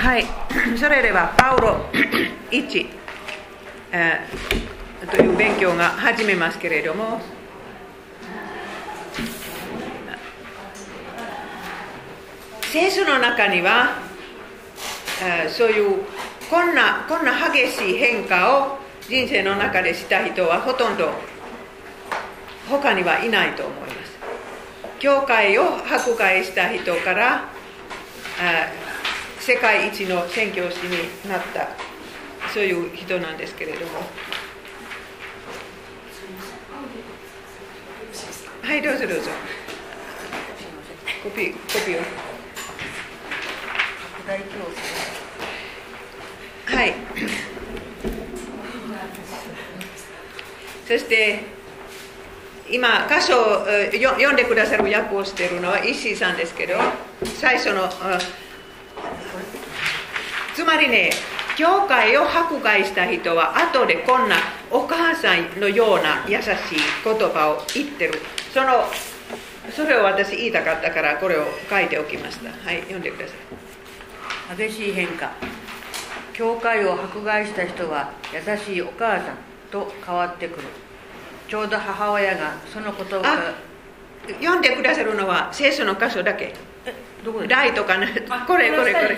はい、それではパウロ1、という勉強が始めますけれども、聖書の中には、そういうこんな激しい変化を人生の中でした人はほとんど他にはいないと思います。教会を迫害した人から世界一の宣教師になったそういう人なんですけれども、はいどうぞどうぞ、コピーをはい。そして今箇所を読んでくださる訳をしているのは石井さんですけど、最初のつまりね、教会を迫害した人は後でこんなお母さんのような優しい言葉を言ってる。それを私言いたかったからこれを書いておきました。はい、読んでください。激しい変化。教会を迫害した人は優しいお母さんと変わってくる。ちょうど母親がそのことを読んでくださるのは聖書の箇所だけ。 どこですか？ ライとかね、これだ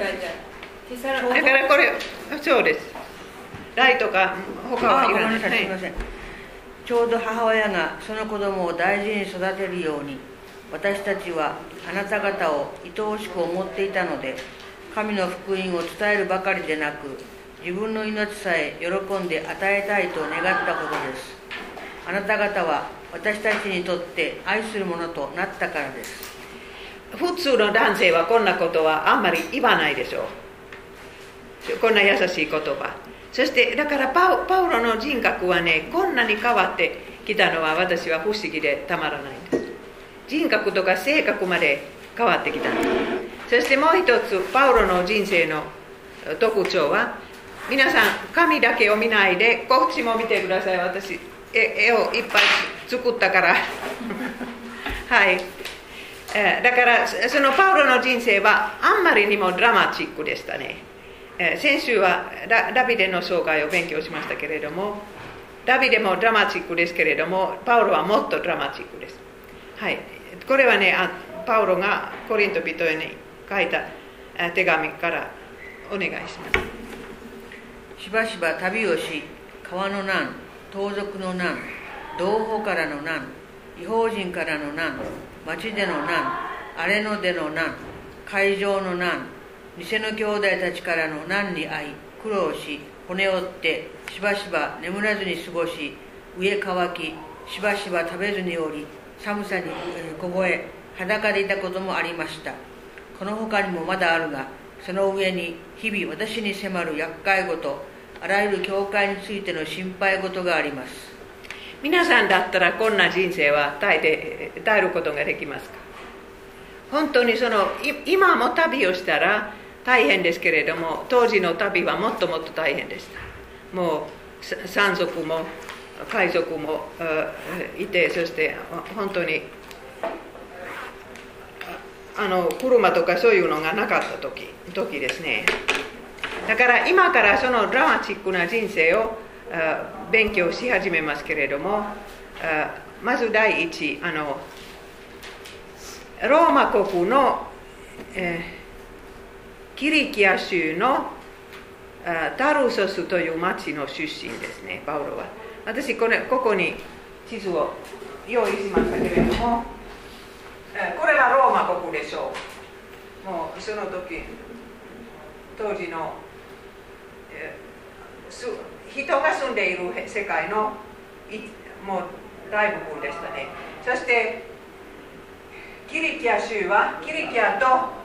からこれそうです。ライとか他はいらない。 すみません。ちょうど母親がその子供を大事に育てるように、私たちはあなた方を愛おしく思っていたので、神の福音を伝えるばかりでなく、自分の命さえ喜んで与えたいと願ったことです。あなた方は私たちにとって愛するものとなったからです。 普通の男性はこんなことはあんまり言わないでしょう。こんな優しい言葉。そしてだからパウロの人格はね、こんなに変わってきたのは私は不思議でたまらないんです。人格とか性格まで変わってきたんです。そしてもう一つパウロの人生の特徴は、皆さん紙だけを見ないでこっちも見てください。私絵をいっぱい作ったからはい、だからそのパウロの人生はあんまりにもドラマチックでしたね。先週はダビデの生涯を勉強しましたけれども、ダビデもドラマチックですけれども、パウロはもっとドラマチックです。はい、これはね、パウロがコリント人に書いた手紙からお願いします。 しばしば旅をし、川の難、盗賊の難、同胞からの難、異邦人からの難、町での難、荒れ野での難、海上の難、偽の兄弟たちからの難に遭い、苦労し、骨折って、しばしば眠らずに過ごし、飢え渇き、しばしば食べずにおり、寒さに凍え、裸でいたこともありました。この他にもまだあるが、その上に日々私に迫る厄介事、あらゆる教会についての心配事があります。 皆さんだったらこんな人生は耐えることができますか？本当に今も旅をしたら大変ですけれども、当時の旅はもっともっと大変でした。もう山賊も海賊もいて、そして本当に車とかそういうのがなかった時ですね。だから今からそのドラマチックな人生を勉強し始めますけれども、まず第一、ローマ国の、キリキア州のタルソスという町の出身ですね、パウロは。私ここに地図を用意しましたけれども、これはローマ国でしょう。もうその時当時の、人が住んでいる世界のもう大部分でしたね。そしてキリキア州はキリキアと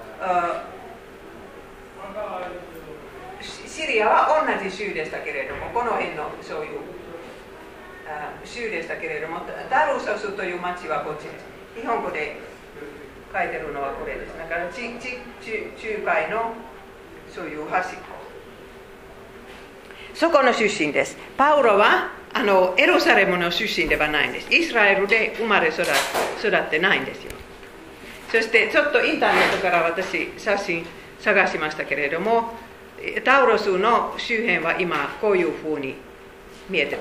シリアは同じ州でしたけれども、この辺のそういう州でしたけれども、タルソスという町はこっちです。日本語で書いてるのはこれです。だから中海のそういう端っこ、そこの出身です。パウロはエルサレムの出身ではないんです。イスラエルで生まれ育ってないんですよ。そしてちょっとインターネットから私写真探しましたけれども、タウロスの周辺は今こういうふうに見えてます。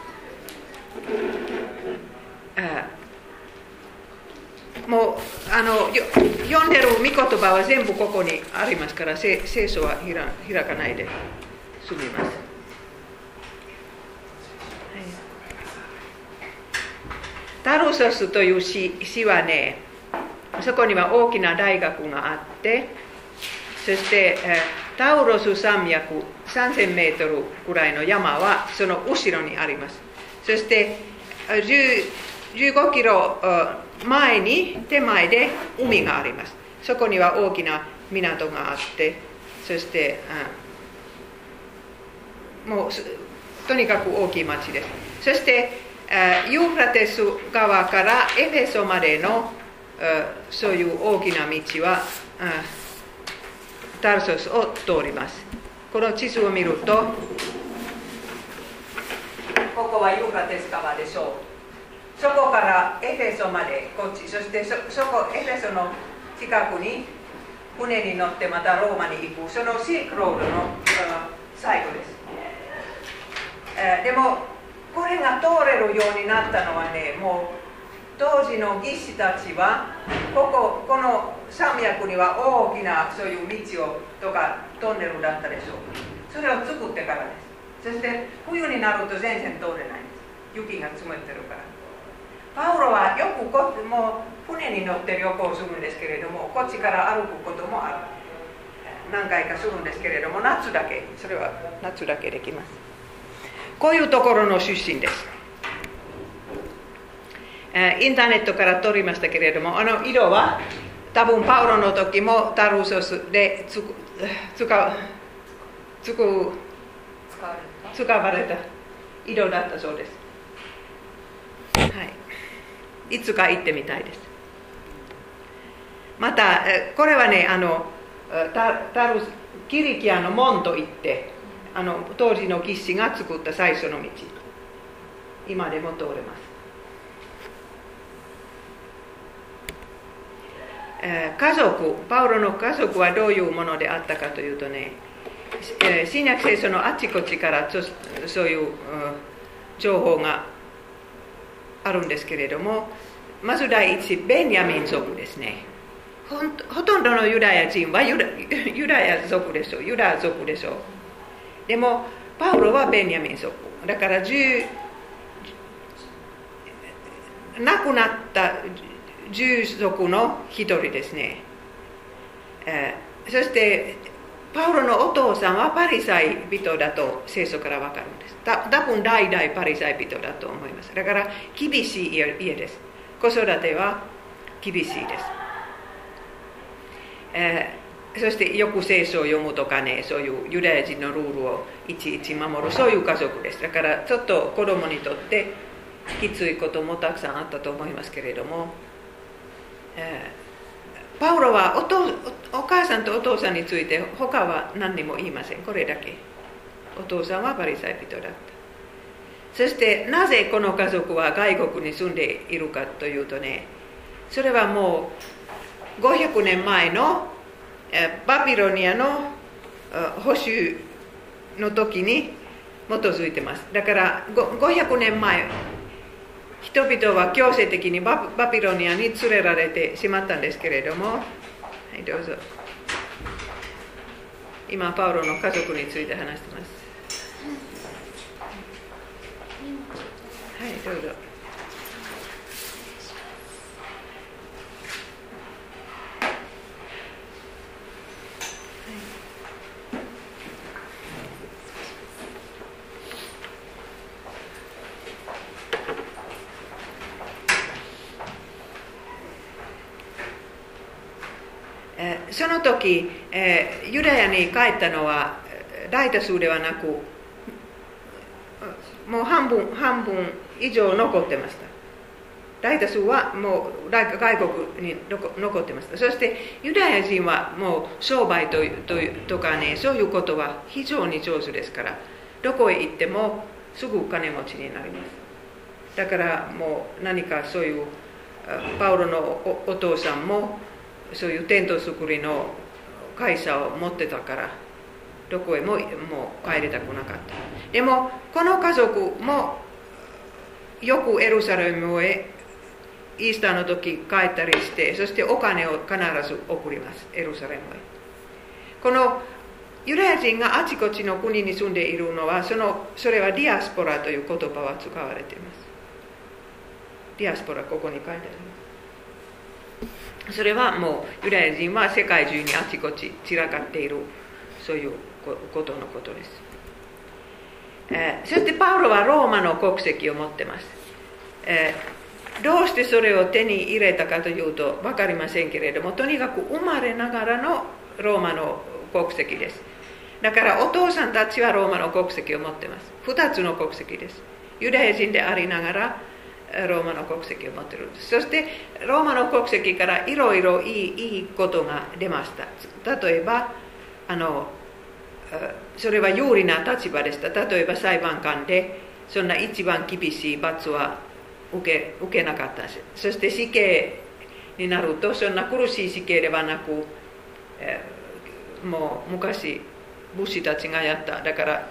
もう読んでる御言葉は全部ここにありますから、聖書は開かないで済みます。タルソスという市はね、そこには大きな大学があって、そしてタウロス山脈3000メートルぐらいの山はその後ろにあります。そして15キロ前に手前で海があります。そこには大きな港があって、そしてもうとにかく大きい町です。そしてユーフラテス川からエフェソまでのそういう大きな道はタルソスを通ります。この地図を見ると、ここはユーフラテス川でしょう。そこからエフェソまでこっち、そしてそこエフェソの近くに船に乗ってまたローマに行く、そのシルクロードの最後です。でもこれが通れるようになったのはね、もう当時の技師たちはこの山脈には大きなそういう道をとかトンネルだったでしょう。それを作ってからです。そして冬になると全然通れないんです。雪が積もってるから。パウロはよくもう船に乗って旅行するんですけれども、こっちから歩くこともある。何回かするんですけれども、夏だけ、それは夏だけできます。こういうところの出身です。インターネットから撮りましたけれども、色は多分パウロの時もタルソスで使われた色だったそうです。はい、いつか行ってみたいです。またこれはね、キリキアの門といって当時の技師が作った最初の道、今でも通れます。家族、パウロの家族はどういうものであったかというとね、新約聖書のあちこちからそういう情報があるんですけれども、まず第一、ベンヤミン族ですね。ほとんどのユダヤ人はユダヤ族でしょう。ユダヤ族でしょう。でもパウロはベンヤミン族だから、亡くなった従属の一人ですね。そしてパウロのお父さんはパリサイ人だと聖書から分かるんです。多分代々パリサイ人だと思います。だから厳しい家です。子育ては厳しいです。そしてよく聖書を読むとかね、そういうユダヤ人のルールをいちいち守る、そういう家族です。だからちょっと子供にとってきついこともたくさんあったと思いますけれども、パウロはお母さんとお父さんについて他は何にも言いません。これだけ。お父さんはパリサイ人だった。そしてなぜこの家族は外国に住んでいるかというとね、それはもう500年前のバビロニアの捕囚の時に基づいてます。だから500年前、人々は強制的にバビロニアに連れられてしまったんですけれども、はい、どうぞ。今パウロの家族について話してます。はい、どうぞ。その時、ユダヤに帰ったのは大多数ではなく、もう半分以上残ってました。大多数はもう外国に残ってました。そしてユダヤ人はもう商売とかね、そういうことは非常に上手ですから、どこへ行ってもすぐ金持ちになります。だからもう何かそういうパウロのお父さんもそういうテント作りの会社を持ってたからどこへも帰りたくなかった。でもこの家族もよくエルサレムへイースターの時帰ったりして、そしてお金を必ず送ります、エルサレムへ。このユダヤ人があちこちの国に住んでいるのは、それはディアスポラという言葉は使われています。ディアスポラ、ここに書いてあります。それはもうユダヤ人は世界中にあちこち散らかっている、そういうことのことです。そしてパウロはローマの国籍を持っています。どうしてそれを手に入れたかというと分かりませんけれども、とにかく生まれながらのローマの国籍です。だからお父さんたちはローマの国籍を持っています。2つの国籍です。ユダヤ人でありながらローマの国籍を持っているんです。そしてローマの国籍からいろいろいいことが出ました。例えばそれは有利な立場でした。例えば裁判官でそんな一番厳しい罰は受けなかったし、そして死刑になるとそんな苦しい死刑ではなく、もう昔武士たちがやった、だから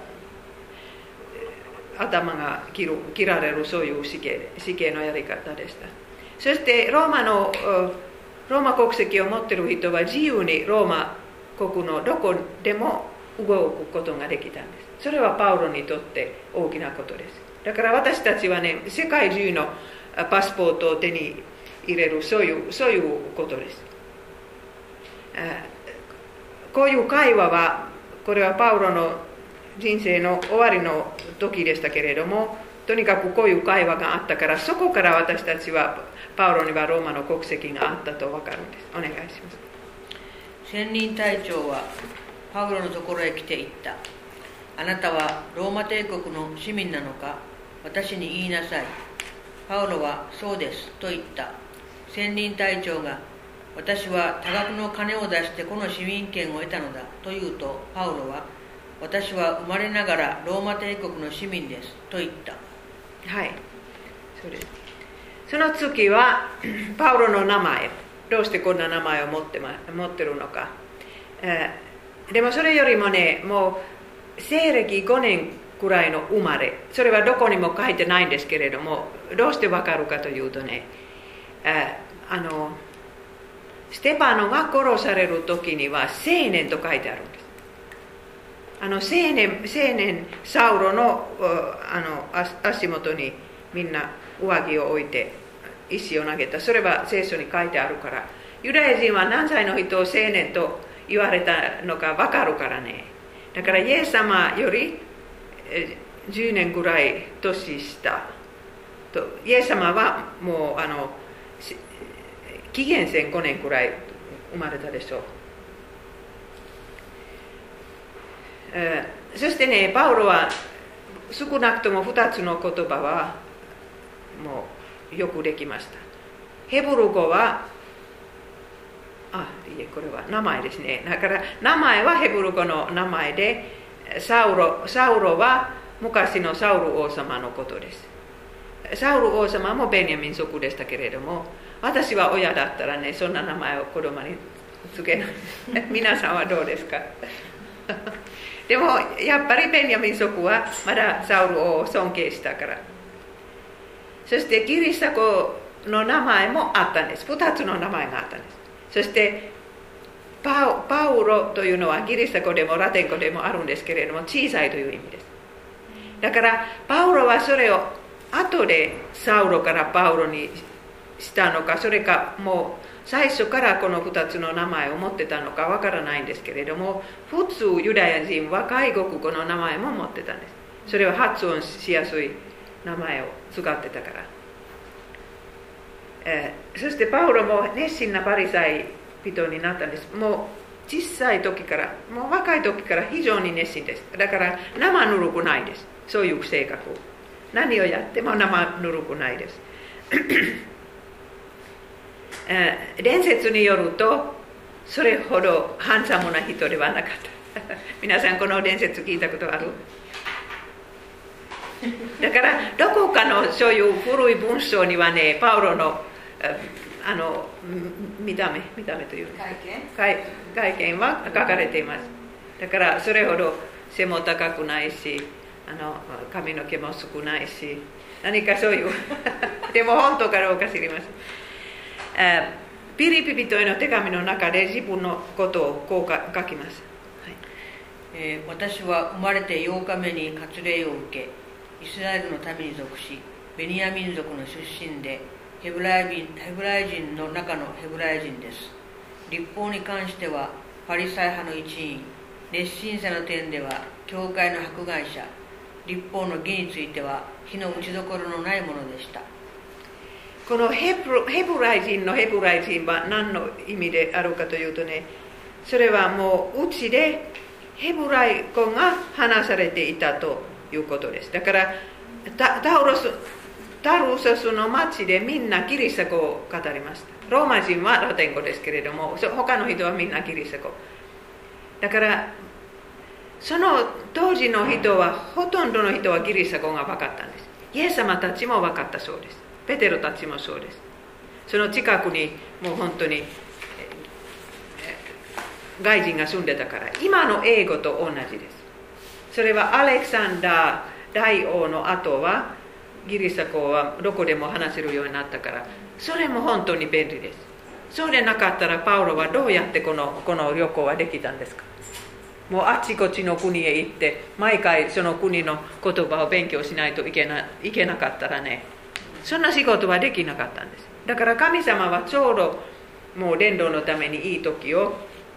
頭が切られる、そういう死刑のやり方でした。そしてローマ国籍を持っている人は自由にローマ国のどこでも動くことができたんです。それはパウロにとって大きなことです。だから私たちはね、世界中のパスポートを手に入れる、そういうことです。こういう会話は、これはパウロの人生の終わりの時でしたけれども、とにかくこういう会話があったから、そこから私たちはパウロにはローマの国籍があったと分かるんです。お願いします。 千人隊長はパウロのところへ来て言った。あなたはローマ帝国の市民なのか、私に言いなさい。パウロはそうですと言った。千人隊長が、私は多額の金を出してこの市民権を得たのだと言うと、パウロは、私は生まれながらローマ帝国の市民ですと言った。 はい、そうです。その次はパウロの名前、どうしてこんな名前を持ってるのか。でもそれよりもね、もう西暦5年くらいの生まれ、それはどこにも書いてないんですけれども、どうしてわかるかというとね、ステパノが殺される時には青年と書いてあるんです。青年サウロの足元にみんな上着を置いて石を投げた。それは聖書に書いてあるから、ユダヤ人は何歳の人を青年と言われたのか分かるからね。だからイエス様より10年ぐらい年下と、イエス様はもう紀元前5年くらい生まれたでしょう。そしてね、パウロは少なくとも2つの言葉はもうよくできました。ヘブル語は、これは名前ですね。だから名前はヘブル語の名前で、サウロは昔のサウル王様のことです。サウル王様もベニヤミン族でしたけれども、私は親だったらね、そんな名前を子供につけない。皆さんはどうですか？でもやっぱりベニヤミン族はまだサウル王を尊敬したから。そしてギリシャ語の名前もあったんです。2つの名前があったんです。そしてパウロというのはギリシャ語でもラテン語でもあるんですけれども、小さいという意味です。だからパウロはそれを後でサウロからパウロにしたのか、それかもう最初からこの2つの名前を持ってたのかわからないんですけれども、普通ユダヤ人は外国語の名前も持ってたんです。それは発音しやすい名前を使ってたから。そしてパウロも熱心なパリサイ人になったんです。もう小さい時から、もう若い時から非常に熱心です。だから生ぬるくないです。そういう性格。何をやっても生ぬるくないです。伝説によるとそれほどハンサムな人ではなかった皆さんこの伝説聞いたことある？だからどこかのそういう古い文章にはね、パウロの見た目という外見は書かれています。だからそれほど背も高くないし、髪の毛も少ないし、何かそういうでも本当かどうか知りません。ピリピ人への手紙の中で自分のことをこう書きます。 私は生まれて8日目に割礼を受け、イスラエルの民に属し、ベニヤ民族の出身で、ヘブライ人の中のヘブライ人です。律法に関してはパリサイ派の一員、熱心さの点では教会の迫害者、律法の義については火の打ちどころのないものでした。 このヘブライ人のヘブライ人は何の意味であるかというとね、それはもううちでヘブライ語が話されていたということです。だからタルソスの町でみんなギリシャ語を語りました。ローマ人はラテン語ですけれども、他の人はみんなギリシャ語。だからその当時の人はほとんどの人はギリシャ語が分かったんです。イエス様たちも分かったそうです。ペテロたちもそうです。その近くにもう本当に外人が住んでたから、今の英語と同じです。それはアレクサンダー大王の後はギリシャ語はどこでも話せるようになったから、それも本当に便利です。そうでなかったらパウロはどうやってこの旅行はできたんですか。もうあっちこっちの国へ行って毎回その国の言葉を勉強しないといけなかったらね、そんな仕事はできなかったんです。だから神様はちょうどもう伝道のためにいい時を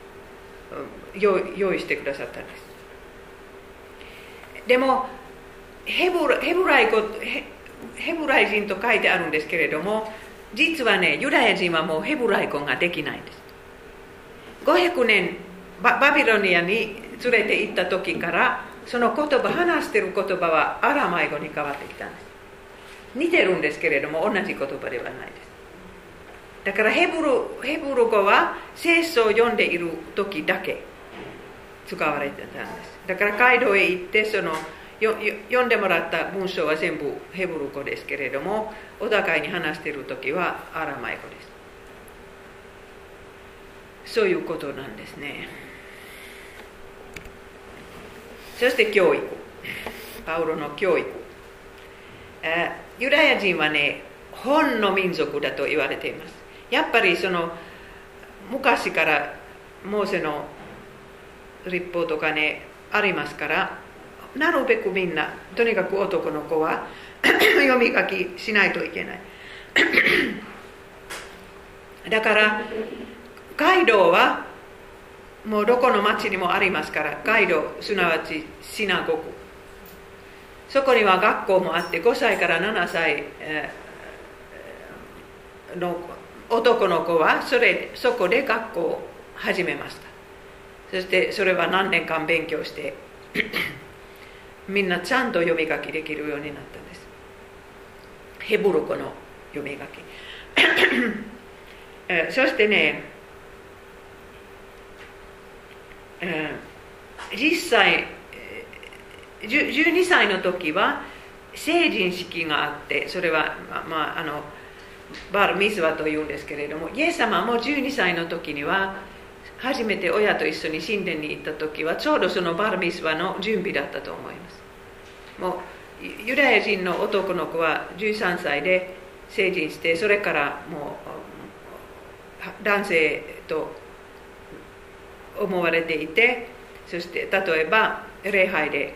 用意してくださったんです。でもヘブライ人と書いてあるんですけれども、実はね、ユダヤ人はもうヘブライ語ができないんです。500年バビロニアに連れて行った時から、その話してる言葉はアラマイ語に変わってきたんです。似てるんですけれども同じ言葉ではないです。だからヘブル語は聖書を読んでいる時だけ使われてたんです。だから街道へ行って読んでもらった文章は全部ヘブル語ですけれども、お互いに話している時はアラマイ語です。そういうことなんですね。そして教育、パウロの教育。ユダヤ人はね、本の民族だと言われています。やっぱり昔からモーセの律法とかねありますから、なるべくみんな、とにかく男の子は読み書きしないといけない。だから街道はもうどこの町にもありますから、街道すなわちシナゴグ、そこには学校もあって、5歳から7歳の男の子はそこで学校を始めました。そしてそれは何年間勉強してみんなちゃんと読み書きできるようになったんです。ヘブル語の読み書きそしてね、実際12歳の時は成人式があって、それは、バルミズワというんですけれども、イエス様も12歳の時には初めて親と一緒に神殿に行った時はちょうどそのバルミズワの準備だったと思います。もうユダヤ人の男の子は13歳で成人して、それからもう男性と思われていて、そして例えば礼拝で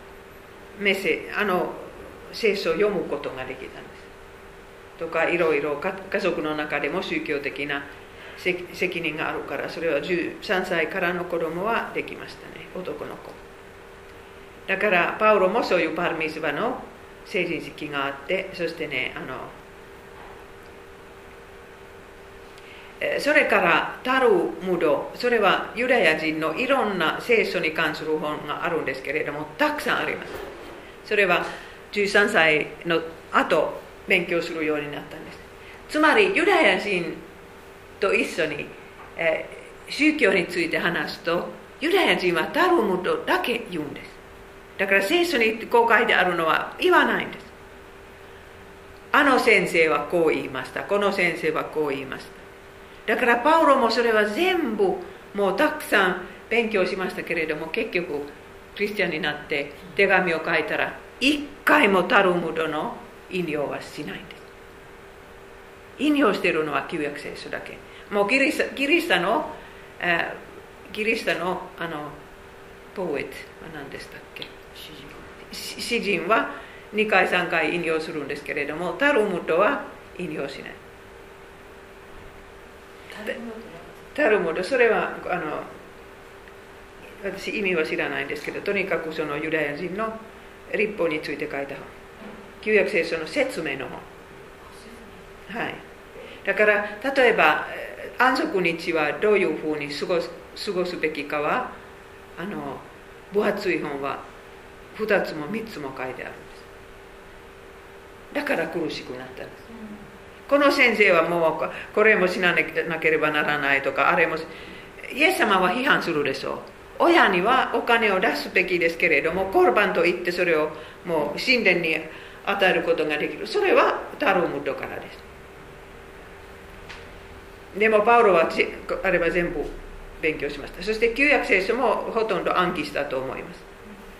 聖書を読むことができたんですとか、いろいろ家族の中でも宗教的な責任があるから、それは13歳からの子供はできましたね、男の子。だからパウロもそういうバルミズバの成人式があって、そしてね、それからタルムド、それはユダヤ人のいろんな聖書に関する本があるんですけれども、たくさんあります。それは13歳の後勉強するようになったんです。つまりユダヤ人と一緒に、宗教について話すと、ユダヤ人はタルムドだけ言うんです。だから聖書にこう書いてあるのは言わないんです。 あの先生はこう言いました、この先生はこう言いました。だからパウロもそれは全部もうたくさん勉強しましたけれども、結局クリスチャンになって手紙を書いたら一回もタルムドの引用はしないんです。引用しているのは旧約聖書だけ。もうキリストのポエットは何でしたっけ、詩人は2回3回引用するんですけれども、タルムドは引用しない。タルムド、それは私意味は知らないんですけど、とにかくそのユダヤ人の律法について書いた本、旧約聖書の説明の本。はい。だから例えば安息日はどういうふうに過ごすべきかは分厚い本は2つも3つも書いてあるんです。だから苦しくなったんです。この先生はもうこれもしなければならないとか、あれもイエス様は批判するでしょう。親にはお金を出すべきですけれども、コルバンと言ってそれをもう神殿に与えることができる。それはタルムドからです。でもパウロはあれは全部勉強しました。そして旧約聖書もほとんど暗記したと思います。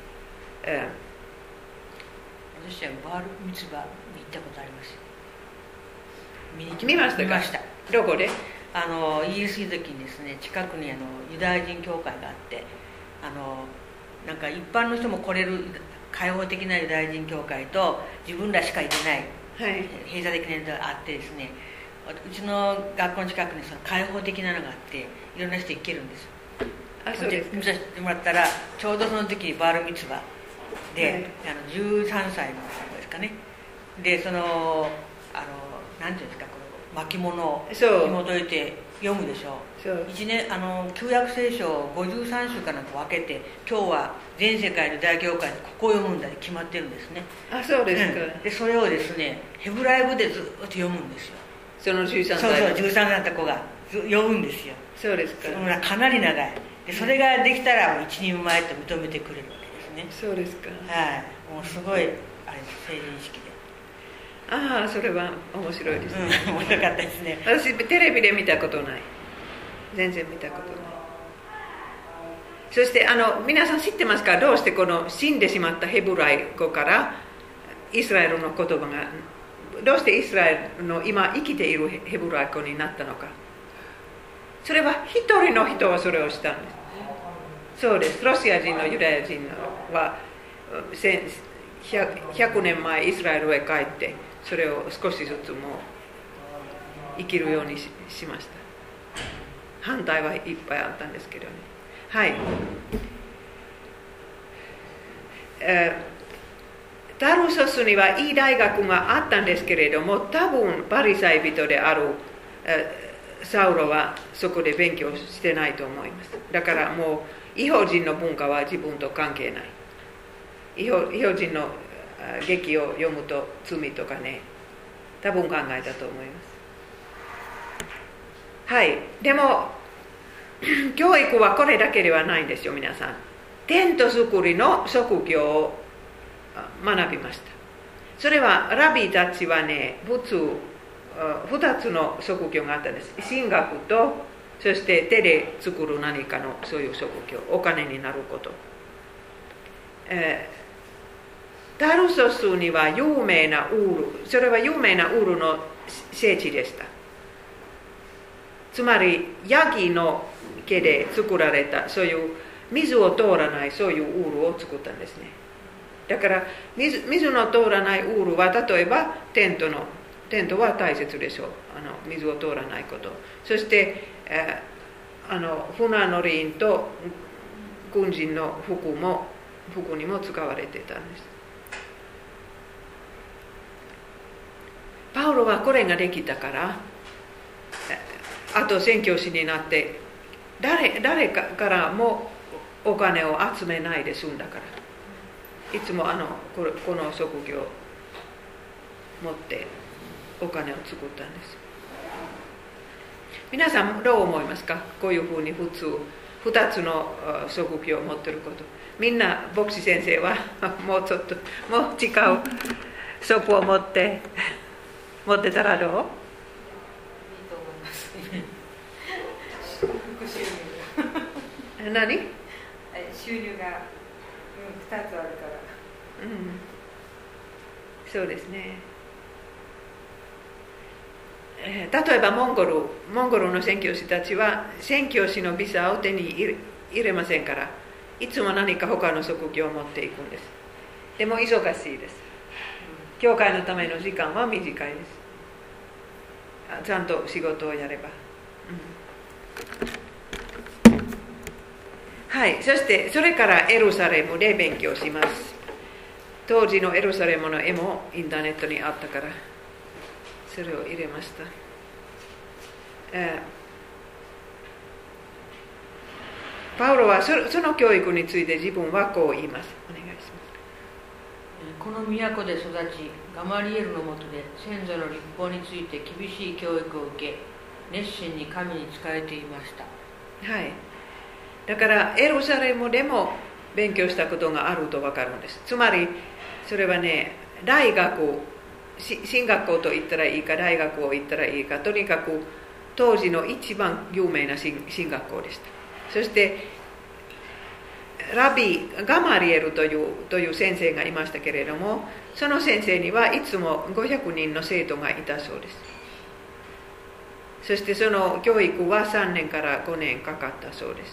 私はバールミツバに行ったことあります。 見ましたか？ 見ました。 どこで？ イギリスにいる時にですね、近くにユダヤ人教会があって、なんか一般の人も来れる開放的なユダヤ人教会と自分らしか行けない、はい、閉鎖的なのがあってですね、うちの学校の近くにその開放的なのがあって、いろんな人行けるんですよ。 あ、そうですか。 見させてもらったら、ちょうどその時にバールミツバで、はい、13歳の子ですかね。でなんていうんですか、この巻物を紐解いて読むでしょう。一年旧約聖書を53週かなんか分けて、今日は全世界の大教会でここを読むんだって決まってるんですね。 あ、そうですか。 でそれをですね、ヘブライ語でずっと読むんですよ。 その13歳。 そう13歳だった子が読むんですよ。 そうですか。 かなり長い。でそれができたら一人前と認めてくれるわけですね。そうですか。 はい。もうすごいあれ成人式で。 ああ、それは面白いですね。 面白かったですね。 私テレビで見たことない。全然見たことない。そして皆さん知ってますか？どうしてこの死んでしまったヘブライ語からイスラエルの言葉が、どうしてイスラエルの今生きているヘブライ語になったのか。それは一人の人はそれをしたんです。そうです。ロシア人のユダヤ人は100年前イスラエルへ帰ってそれを少しずつも生きるように しました。反対はいっぱいあったんですけどね。はい。タルソスにはいい大学があったんですけれども、多分パリサイ人であるサウロはそこで勉強してないと思います。だからもう異邦人の文化は自分と関係ない。異邦人の劇を読むと罪とかね、多分考えたと思います。はい。でも教育はこれだけではないんですよ。皆さんテント作りの職業を学びました。それはラビーたちはね、2つの職業があったんです。神学と、そして手で作る何かのそういう職業、お金になること。タルソスには有名なウール、それは有名なウールの聖地でした。つまりヤギの毛で作られたそういう水を通らないそういうウールを作ったんですね。だから水の通らないウールは、例えばテントは大切でしょう。水を通らないこと。そして船乗り員と軍人の服にも使われてたんです。パウロはこれができたから、あと宣教師になって誰かからもお金を集めないで済んだから、いつもこの職業を持ってお金を作ったんです。皆さんどう思いますか？こういうふうに2つの職業を持っていること。みんな牧師先生はもうちょっともう違う職を持って持ってたらどう？ いいと思います副収入が何？ 収入が、2つあるから、 そうですね。例えばモンゴルの宣教師たちは宣教師のビザを手に入れませんから、いつも何か他の職業を持っていくんです。でも忙しいです。教会のための時間は短いです。ちゃんと仕事をやれば、はい。そしてそれからエルサレムで勉強します。当時のエルサレムの絵もインターネットにあったからそれを入れました。パウロはその教育について自分はこう言います。お願いします。 この都で育ち、ガマリエルのもとで先祖の律法について厳しい教育を受け、熱心に神に仕えていました。 はい。だからエルサレムでも勉強したことがあると分かるんです。つまりそれはね、大学、進学校と言ったらいいか、大学を言ったらいいか、とにかく当時の一番有名な進学校でした。そしてラビガマリエルという先生がいましたけれども、その先生にはいつも500人の生徒がいたそうです。そしてその教育は3年から5年かかったそうです。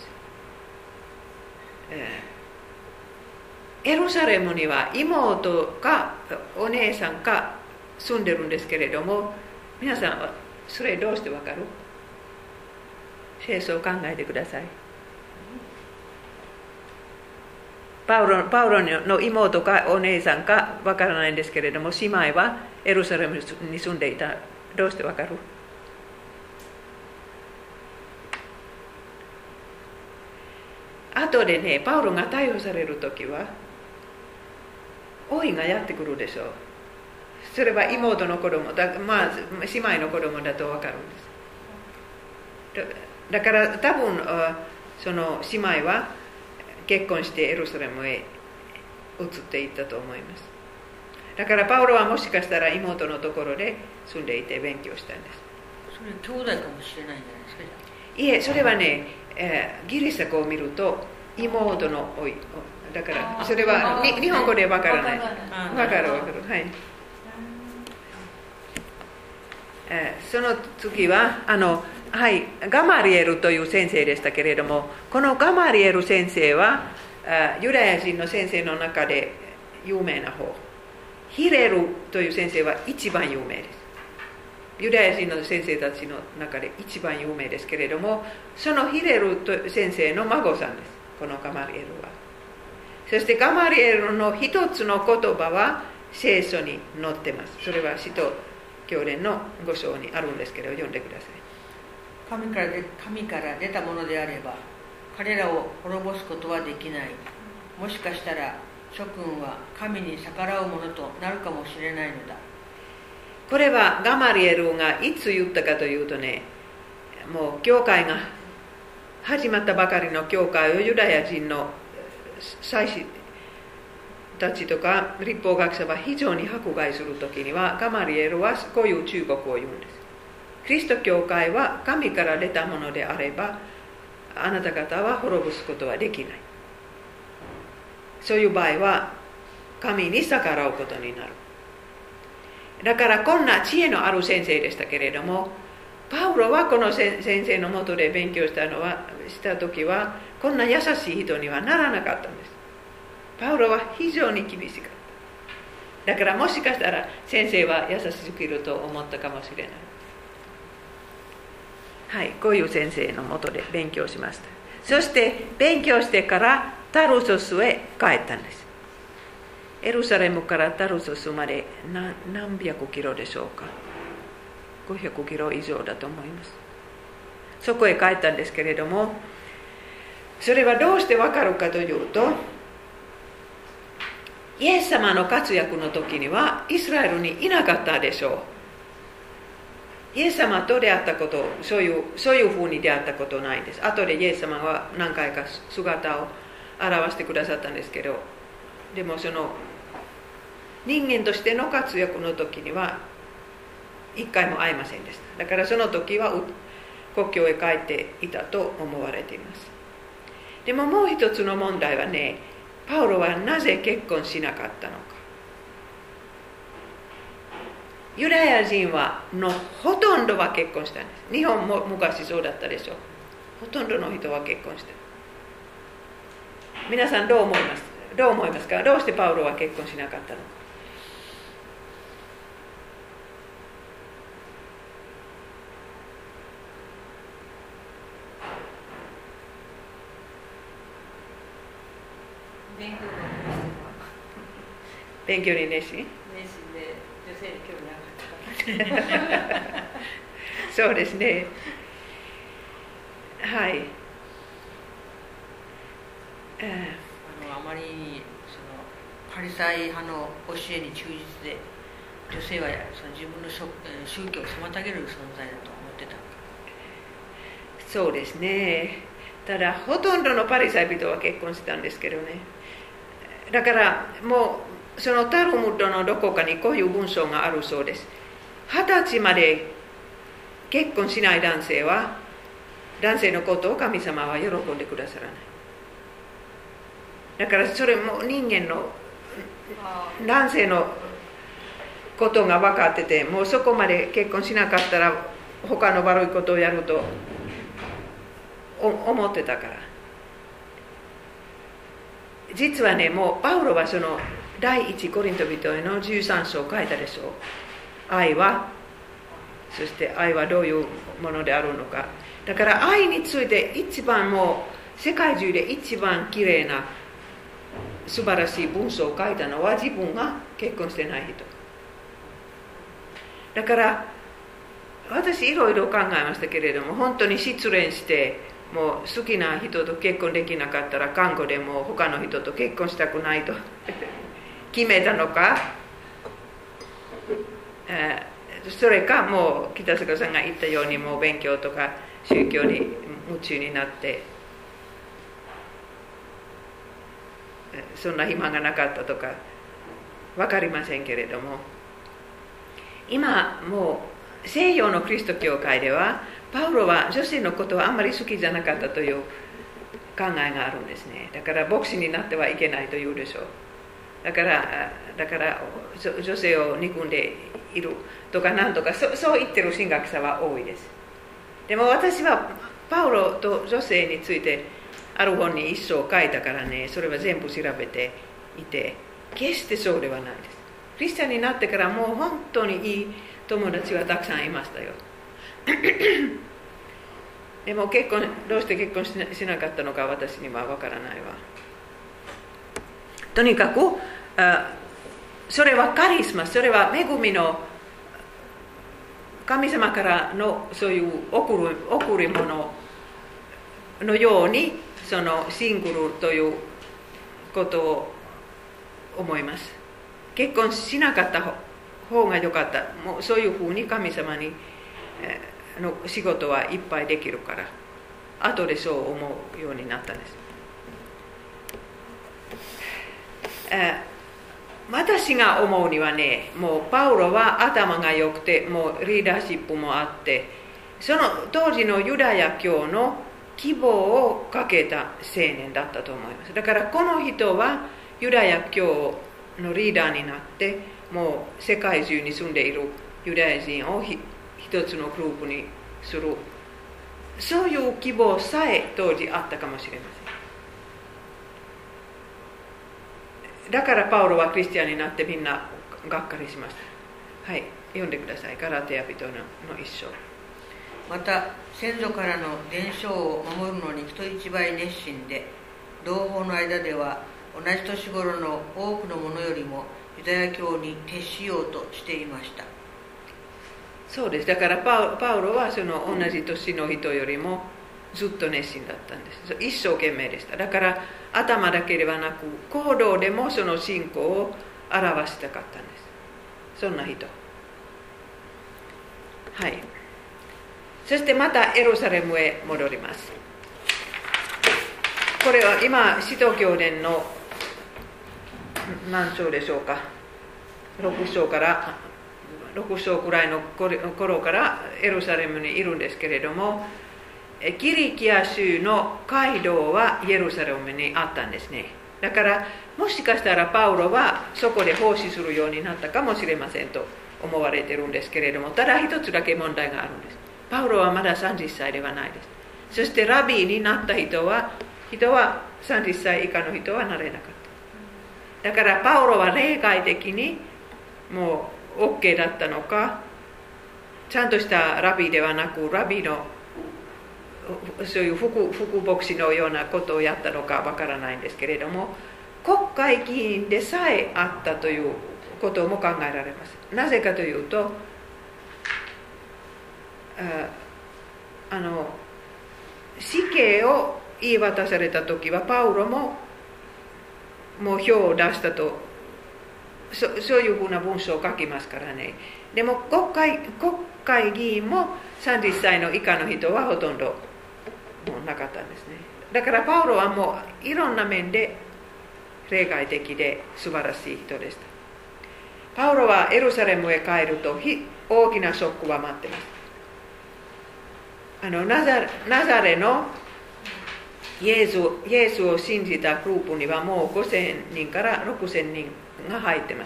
エルサレムには妹かお姉さんか住んでるんですけれども、皆さんはそれどうしてわかる？聖書を考えてください。パウロの妹かお姉さんかわからないんですけれども、姉妹はエルサレムに住んでいた。どうしてわかる？後でね、パウロが逮捕されるときは王位がやってくるでしょう。それは妹の子供だ、姉妹の子供だと分かるんです。だから多分その姉妹は結婚してエルサレムへ移っていったと思います。だからパウロはもしかしたら妹のところで住んでいて勉強したんです。 それ兄弟かもしれないんじゃないですか？ いえ、それはね、ギリシャ語を見ると妹のおい、だからそれは日本語でわからない。わかる。はい。その次ははい、ガマリエルという先生でしたけれども、このガマリエル先生はユダヤ人の先生の中で有名な方。ヒレルという先生は一番有名です。ユダヤ人の先生たちの中で一番有名ですけれども、そのヒレル先生の孫さんです、このガマリエルは。そしてガマリエルの一つの言葉は聖書に載ってます。それは使徒教伝の5章にあるんですけど、読んでください。 神から出たものであれば彼らを滅ぼすことはできない。もしかしたら諸君は神に逆らうものとなるかもしれないのだ。 これはガマリエルがいつ言ったかというとね、もう教会が始まったばかりの教会をユダヤ人の祭司たちとか律法学者は非常に迫害するときには、ガマリエルはこういう忠告を言うんです。キリスト教会は神から出たものであれば、あなた方は滅ぼすことはできない。そういう場合は神に逆らうことになる。だからこんな知恵のある先生でしたけれども、パウロはこの先生のもとで勉強した時はこんな優しい人にはならなかったんです。パウロは非常に厳しかった。だからもしかしたら先生は優しすぎると思ったかもしれない。はい、こういう先生のもとで勉強しました。そして勉強してからタルソスへ帰ったんです。エルサレムからタルソスまで何百キロでしょうか。500キロ以上だと思います。そこへ帰ったんですけれども、それはどうしてわかるかというと、イエス様の活躍の時にはイスラエルにいなかったでしょう。イエス様と出会ったこと、そういうふうに出会ったことないんです。後でイエス様は何回か姿を現してくださったんですけど、でもその人間としての活躍の時には一回も会えませんでした。だからその時は故郷へ帰っていたと思われています。でももう一つの問題はね、パウロはなぜ結婚しなかったのか。ユダヤ人のほとんどは結婚したんです。日本も昔そうだったでしょ。ほとんどの人は結婚した。皆さんどう思いますか？どうしてパウロは結婚しなかったのか。勉強に熱心で女性に興味なかったそうですね。はい。 あまりにパリサイ派の教えに忠実で、女性は自分の宗教を妨げる存在だと思ってた。 そうですね。ただほとんどのパリサイ人は結婚したんですけどね。だからもうそのタルムッドのどこかにこういう文章があるそうです。20歳まで結婚しない男性のことを神様は喜んでくださらない。だからそれも人間の男性のことが分かってて、もうそこまで結婚しなかったら他の悪いことをやると思ってたから。実はね、もうパウロはその第一コリント人への13章を書いたでしょう。そして愛はどういうものであるのか。だから愛について一番もう世界中で一番きれいな素晴らしい文章を書いたのは自分が結婚してない人。だから私いろいろ考えましたけれども、本当に失恋してもう好きな人と結婚できなかったら看護でも他の人と結婚したくないと決めたのか、それかもう北坂さんが言ったようにもう勉強とか宗教に夢中になってそんな暇がなかったとか分かりませんけれども、今もう西洋のキリスト教会ではパウロは女性のことはあんまり好きじゃなかったという考えがあるんですね。だから牧師になってはいけないというでしょう。だから女性を憎んでいるとかなんとかそう言ってる神学者は多いです。でも私はパウロと女性についてある本に一章書いたからね、それは全部調べていて、決してそうではないです。クリスチャンになってからもう本当にいい友達はたくさんいましたよでもどうして結婚しなかったのか私には分からないわ。とにかくそれはカリスマ、それは恵みの神様からのそういう贈り物のようにそのシングルということを思います。結婚しなかった方が良かった。もうそういうふうに神様にの仕事はいっぱいできるから後でそう思うようになったんです。私が思うにはね、もうパウロは頭が良くてもうリーダーシップもあって、その当時のユダヤ教の希望をかけた青年だったと思います。だからこの人はユダヤ教のリーダーになってもう世界中に住んでいるユダヤ人を一つのグループにする、そういう希望さえ当時あったかもしれません。だからパウロはクリスチャンになってみんながっかりしました。はい、読んでください。ガラテヤ人の一章。 また先祖からの伝承を守るのに人一倍熱心で、同胞の間では同じ年頃の多くの者よりもユダヤ教に徹しようとしていました。 そうです。だからパウロはその同じ年の人よりもずっと熱心だったんです。一生懸命でした。だから頭だけではなく行動でもその信仰を表したかったんです。そんな人。はい。そしてまたエルサレムへ戻ります。これは今使徒行伝の何章でしょうか。6章から 6章くらいの頃からエルサレムにいるんですけれども、キリキア州の街道はイエルサレムにあったんですね。だからもしかしたらパウロはそこで奉仕するようになったかもしれませんと思われているんですけれども、ただ一つだけ問題があるんです。パウロはまだ30歳ではないです。そしてラビーになった人は30歳以下の人はなれなかった。だからパウロは例外的にもう OK だったのか、ちゃんとしたラビーではなくラビーのそういう副牧師のようなことをやったのかわからないんですけれども、国会議員でさえあったということも考えられます。なぜかというと、死刑を言い渡された時はパウロももう票を出したと、そういうふうな文章を書きますからね。でも国会議員も30歳の以下の人はほとんどもうなかったんですね。だからパウロはもういろんな面で例外的で素晴らしい人でした。パウロはエルサレムへ帰ると大きなショックは待ってます。ナザレのイエスを信じたグループにはもう5000人から6000人が入ってます。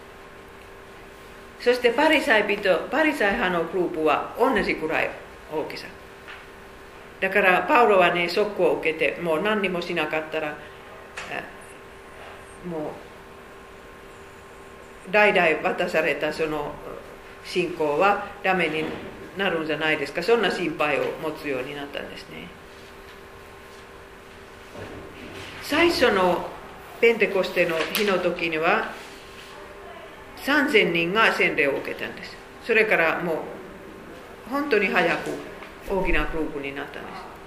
そしてパリサイ派のグループは同じくらい大きさ。だからパウロはね、ショックを受けて、もう何にもしなかったらもう代々渡されたその信仰はダメになるんじゃないですか。そんな心配を持つようになったんですね。最初のペンテコステの日の時には3000人が洗礼を受けたんです。それからもう本当に早く大きなグループになったんです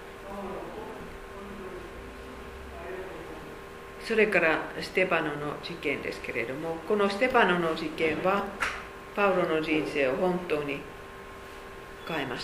。それからステパノの事件ですけれども、このステパノの事件はパウロの人生を本当に変えました。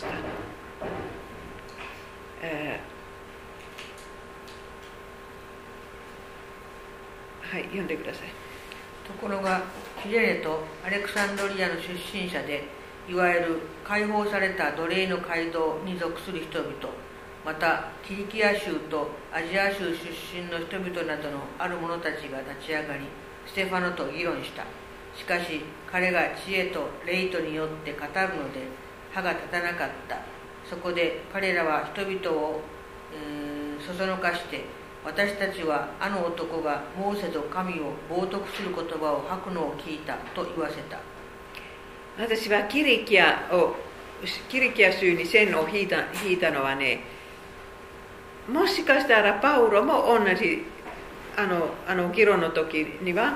はい、読んでください。 ところがキレネとアレクサンドリアの出身者で、いわゆる解放された奴隷の街道に属する人々、またキリキア州とアジア州出身の人々などのある者たちが立ち上がり、ステファノと議論した。しかし彼が知恵と霊とによって語るので歯が立たなかった。そこで彼らは人々を、そそのかして、私たちはあの男がモーセと神を冒涜する言葉を吐くのを聞いたと言わせた。 私はキリキア州に線を引いたのはね、もしかしたらパウロも同じ議論の時には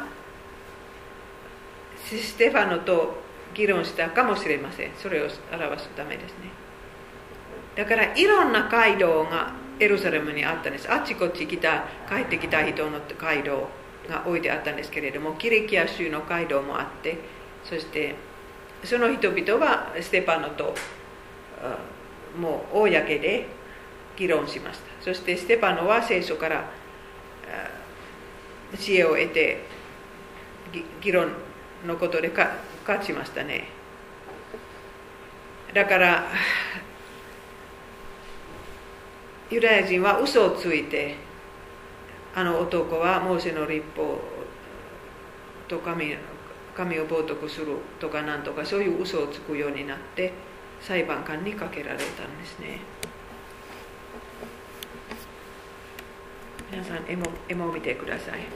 ステファノと議論したかもしれません。それを表すためですね。だからいろんな街道がエルサレムにあったんです。あっちこっち帰ってきた人の街道が置いてあったんですけれども、キリキア州の街道もあって、そしてその人々はステパノともう公で議論しました。そしてステパノは聖書から知恵を得て議論のことで勝ちましたね。だからユダヤ人は嘘をついて、あの男はモーセの律法と神を冒涜するとかなんとか、そういう嘘をつくようになって裁判官にかけられたんですね。皆さん絵も見てください。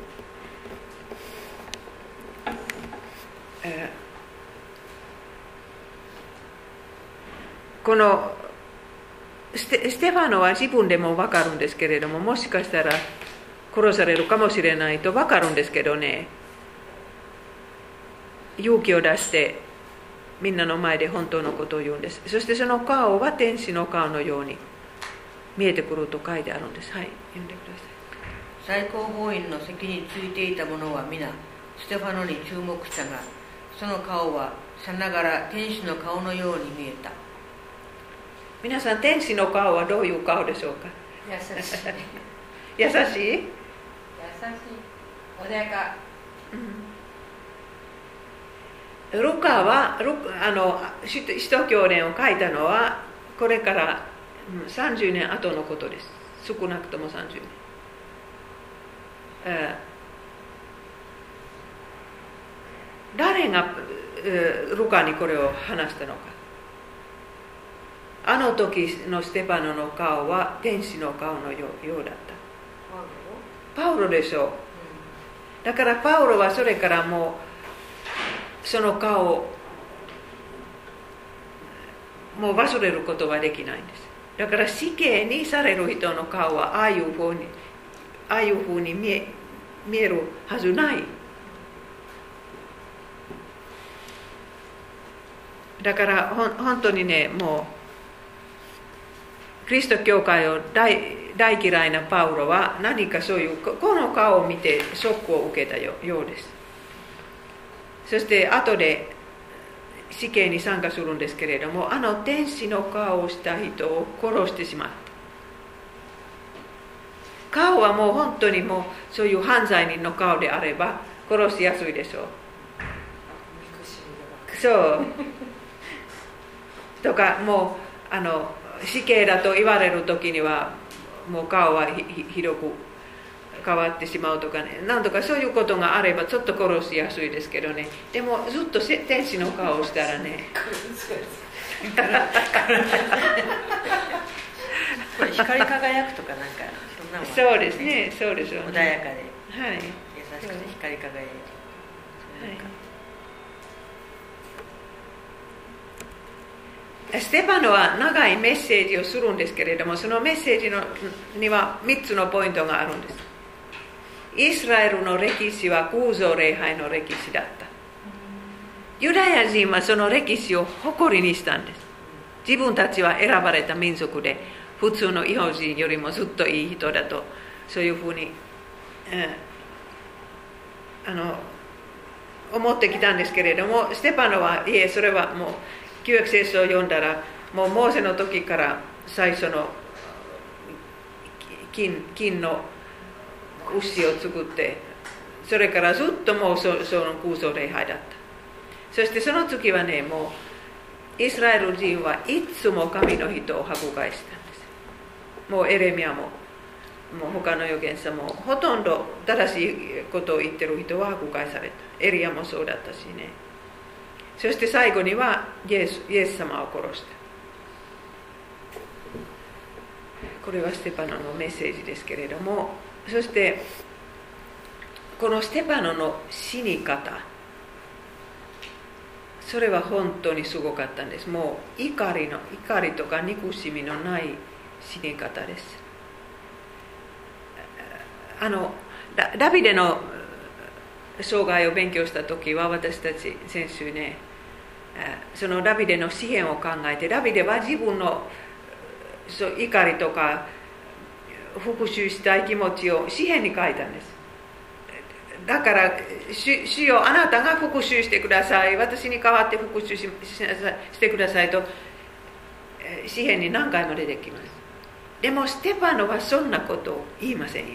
このステファノは自分でも分かるんですけれども、もしかしたら殺されるかもしれないと分かるんですけどね、勇気を出してみんなの前で本当のことを言うんです。そしてその顔は天使の顔のように見えてくると書いてあるんです。はい、読んでください。最高法院の席についていた者は皆ステファノに注目したが、その顔はさながら天使の顔のように見えた。 皆さん、天使の顔はどういう顔でしょうか？ 優しい優しい？ 優しい、穏やか、 ルカは使徒教伝を書いたのはこれから30年後のことです。少なくとも30年。誰がルカにこれを話したのか。あの時のステパノの顔は天使の顔のようだった。パウロでしょう。だからパウロはそれからもうその顔をもう忘れることはできないんです。だから死刑にされる人の顔はああいうふうに見えるはずない。だから本当にね、もうキリスト教会を大嫌いなパウロは何かそういうこの顔を見てショックを受けたようです。そして後で死刑に参加するんですけれども、あの天使の顔をした人を殺してしまった。顔はもう本当にもうそういう犯罪人の顔であれば殺しやすいでしょう。そうとかもう死刑だと言われる時にはもう顔はひどく変わってしまうとかね、なんとかそういうことがあればちょっと殺しやすいですけどね。でもずっと天使の顔をしたらねこれ光り輝くとかなんかそんなもん。 そうですね、そうでしょうね。 穏やかで、 はい、 優しくて光り輝いて、はい、 ステパノは長いメッセージをするんですけれども、そのメッセージには3つのポイントがあるんです。イスラエルの歴史は偶像礼拝の歴史だった。ユダヤ人はその歴史を誇りにしたんです。自分たちは選ばれた民族で普通の異邦人よりもずっといい人だと、そういうふうに、思ってきたんですけれども、ステパノはいえ、それはもう旧約聖書を読んだらもうモーセの時から最初の金の牛を作って、それからずっともうその偶像礼拝だった。そしてその次はね、もうイスラエル人はいつも神の人を迫害したんです。もうエレミヤも他の預言者もほとんど正しいことを言ってる人は迫害された。エリアもそうだったしね。そして最後にはイエス様を殺した。これはステパノのメッセージですけれども、そしてこのステパノの死に方、それは本当にすごかったんです。もう怒りとか憎しみのない死に方です。ダビデの生涯を勉強した時は、私たち先週ね、そのダビデの詩篇を考えて、ダビデは自分の怒りとか復讐したい気持ちを詩篇に書いたんです。だから主よ、あなたが復讐してください、私に代わって復讐してくださいと詩篇に何回も出てきます。でもステパノはそんなことを言いませんよ。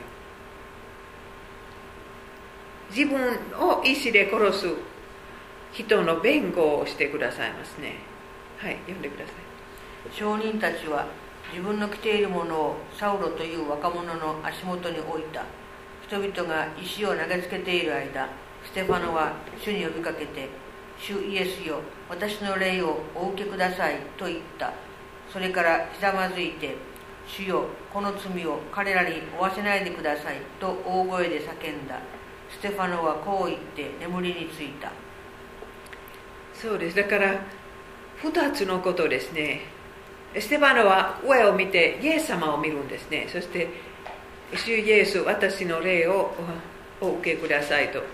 自分を意志で殺す人の弁護をしてくださいますね。はい、読んでください。 証人たちは自分の着ているものをサウロという若者の足元に置いた。人々が石を投げつけている間、ステファノは主に呼びかけて、主イエスよ、私の霊をお受けくださいと言った。それからひざまずいて、主よ、この罪を彼らに負わせないでくださいと大声で叫んだ。ステファノはこう言って眠りについた。 そうです。だから2つのことですね。ステファノは上を見てイエス様を見るんですね。そして主イエス、私の霊をお受けくださいと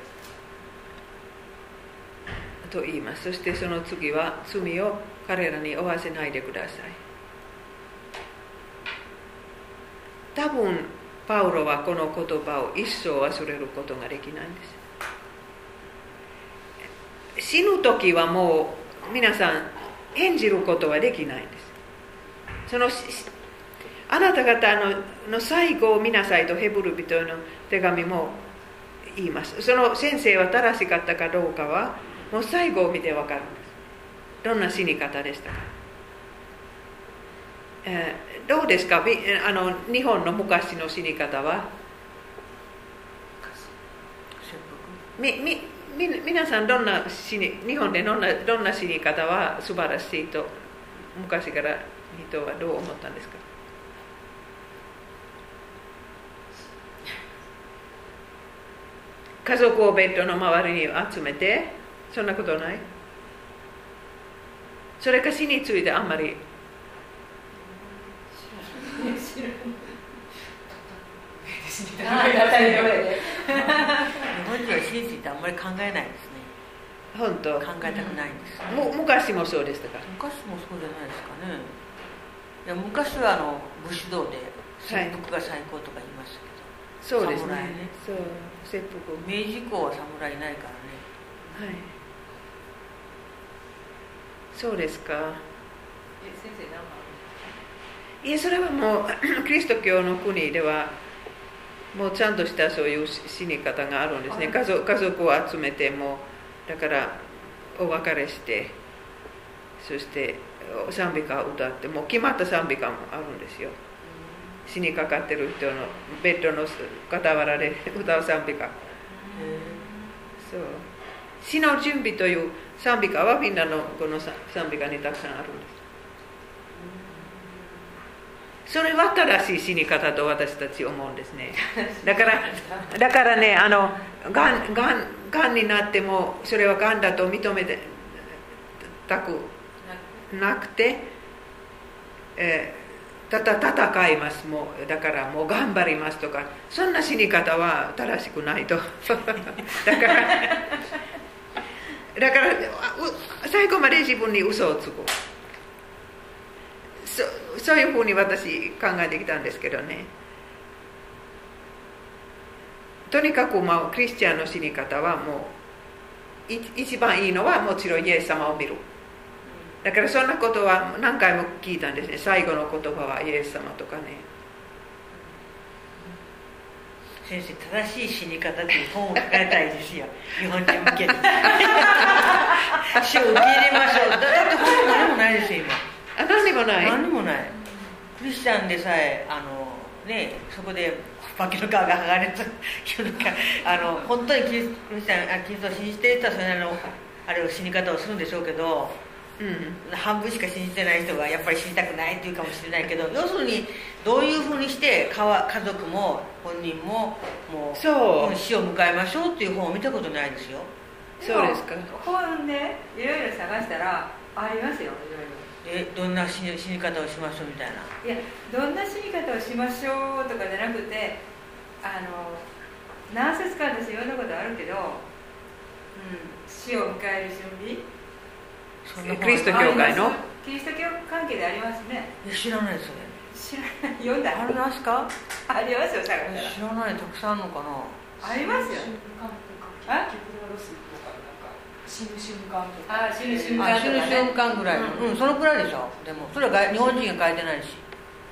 言います。そしてその次は、罪を彼らに負わせないでください。多分パウロはこの言葉を一生忘れることができないんです。死ぬ時はもう皆さん演じることはできないんです。あなた方の最後を見なさいとヘブル人の手紙も言います。その先生は正しかったかどうかはもう最後を見て分かるんです。どんな死に方でしたか。どうですか、日本の昔の死に方は。皆さん日本でどんな死に方は素晴らしいと昔から人はどう思ったんですか。家族をベッドの周りに集めて、そんなことない？それか死についてあんまり日本人は死についてあんまり考えないですね。 本当？ 考えたくないんです、 昔もそうでしたか。 昔もそうじゃないですかね。いや、昔は武士道で切腹が最高とか言いましたけど、 そうですね。 侍ね。 そう、切腹。 明治以降は侍いないからね。 はい。そうですか。 先生何番？ いや、それはもうキリスト教の国ではもうちゃんとしたそういう死に方があるんですね。家族を集めても、だからお別れして、そして賛美歌を歌って、もう決まった賛美歌もあるんですよ。死にかかってる人のベッドの傍らで歌う賛美歌。そう、死の準備という賛美歌はみんなのこの賛美歌にたくさんあるんです。それは正しい死に方と私たち思うんですね。だからね、がんになってもそれはがんだと認めたくなくて、戦います。もうだからもう頑張りますとか、そんな死に方は正しくないと。だから最後まで自分に嘘をつく。そういうふうに私考えてきたんですけどね。とにかくクリスチャンの死に方はもう一番いいのはもちろんイエス様を見る。だからそんなことは何回も聞いたんですね。最後の言葉はイエス様とかね。 先生、正しい死に方という本を書かれたいですよ。日本人向けに。死を受け入れましょう。だって本当何もないですよ今。 何にもない。 何にもない。クリスチャンでさえそこで化けの皮が剥がれた本当にキリストを信じている人はそれなりのあれを死に方をするんでしょうけど、半分しか信じてない人はやっぱり死にたくないっていうかもしれないけど、要するにどういうふうにして家族も本人ももう死を迎えましょうっていう本を見たことないですよ。 そうですか。 本でいろいろ探したらありますよ、いろいろ。 どんな死に方をしましょうみたいな。 いや、どんな死に方をしましょうとかじゃなくて、何節か私読んだことあるけど、死を迎える準備、 キリスト教会のキリスト教関係でありますね。 知らないですそれ。知らない。読んだ。 ありますか？ ありますよ、探したら。 知らない。たくさんあるのかな。 ありますよ。 死ぬ瞬間とか。死ぬ瞬間ぐらい。そのくらいでしょ。でもそれは日本人が書いてないし。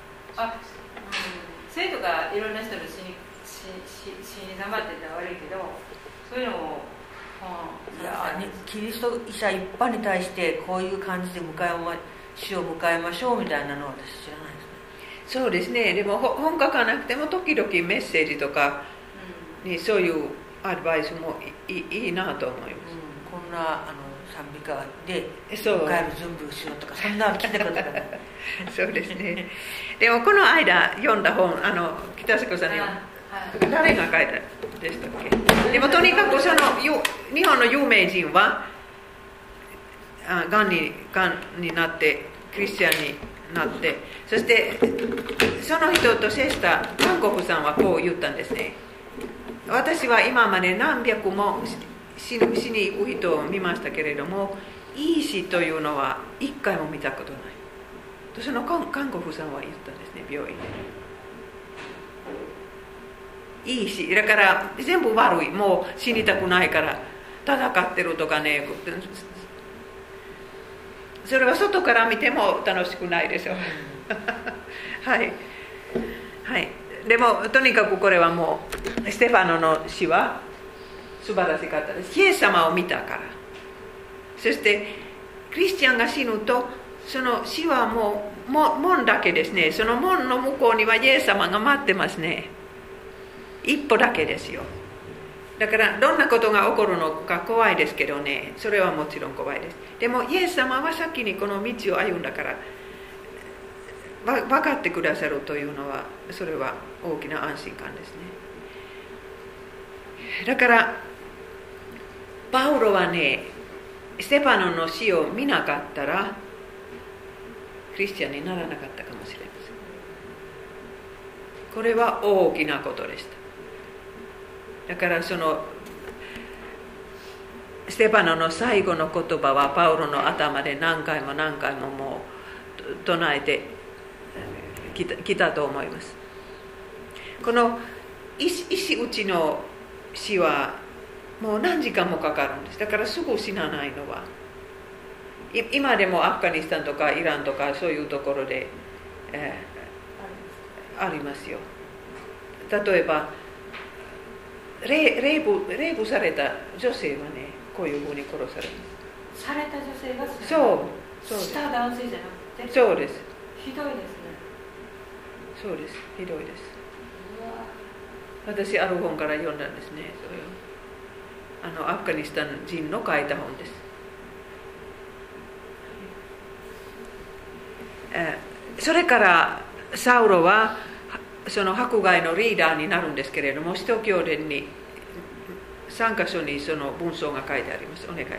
生徒がいろんな人の死に頑張ってたら悪いけど、そういうのも。 いや、キリスト者一般に対してこういう感じで死を迎えましょうみたいなのは私知らないですね。 そうですね。でも本書かなくても時々メッセージとかにそういうアドバイスもいいなと思います。 こんな賛美歌で迎える準備をしようとか、そんなの聞いたことがない。 そうですね。でもこの間読んだ本、北坂さんに誰が書いたでしたっけ。でもとにかく日本の有名人はがんになってクリスチャンになって、そしてその人と接した韓国さんはこう言ったんですね。私は今まで何百も死に行く人を見ましたけれども、いい死というのは一回も見たことないとその韓国さんは言ったんですね、病院で。いい死だから全部悪い、もう死にたくないから戦ってるとかね、それは外から見ても楽しくないでしょ。はい、はい、でもとにかくこれはもうステファノの死は素晴らしかったです。イエス様を見たから。 そしてクリスチャンが死ぬとその死はもう門だけですね。その門の向こうにはイエス様が待ってますね。一歩だけですよ。だからどんなことが起こるのか怖いですけどね、それはもちろん怖いです。でもイエス様は先にこの道を歩んだから分かってくださるというのは、それは大きな安心感ですね。だからパウロはね、ステパノの死を見なかったらクリスチャンにならなかったかもしれません。これは大きなことでした。だからそのステパノの最後の言葉はパウロの頭で何回も何回ももう唱えてきたと思います。この石打ちの死はもう何時間もかかるんです。だからすぐ死なないのは、今でもアフガニスタンとかイランとかそういうところで、ありますよ。例えばレイプされた女性はね、こういうふうに殺されます。 された女性がそうした男性じゃなくて、 そうです。 ひどいですね。 そうです、ひどいです。私ある本から読んだんですね。それをアフガニスタン人の書いた本です。それからサウロはその迫害のリーダーになるんですけれども、使徒行伝に3カ所にその文章が書いてあります。お願いします。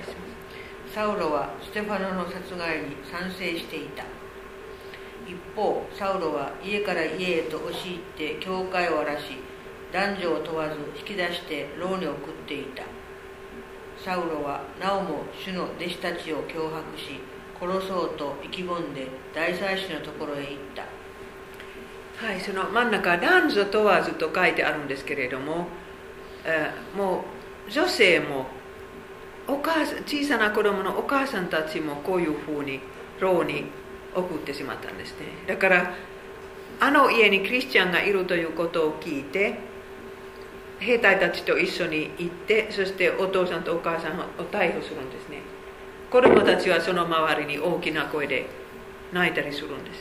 サウロはステファノの殺害に賛成していた。一方、サウロは家から家へと押し入って教会を荒らし、男女を問わず引き出して牢に送っていた。サウロはなおも主の弟子たちを脅迫し、殺そうと意気込んで大祭司のところへ行った。 はい、その真ん中、男女問わずと書いてあるんですけれども、もう女性も小さな子供のお母さんたちもこういうふうに牢に送ってしまったんですね。だからあの家にクリスチャンがいるということを聞いて、兵隊たちと一緒に行って、そしてお父さんとお母さんを逮捕するんですね。子供たちはその周りに大きな声で泣いたりするんです。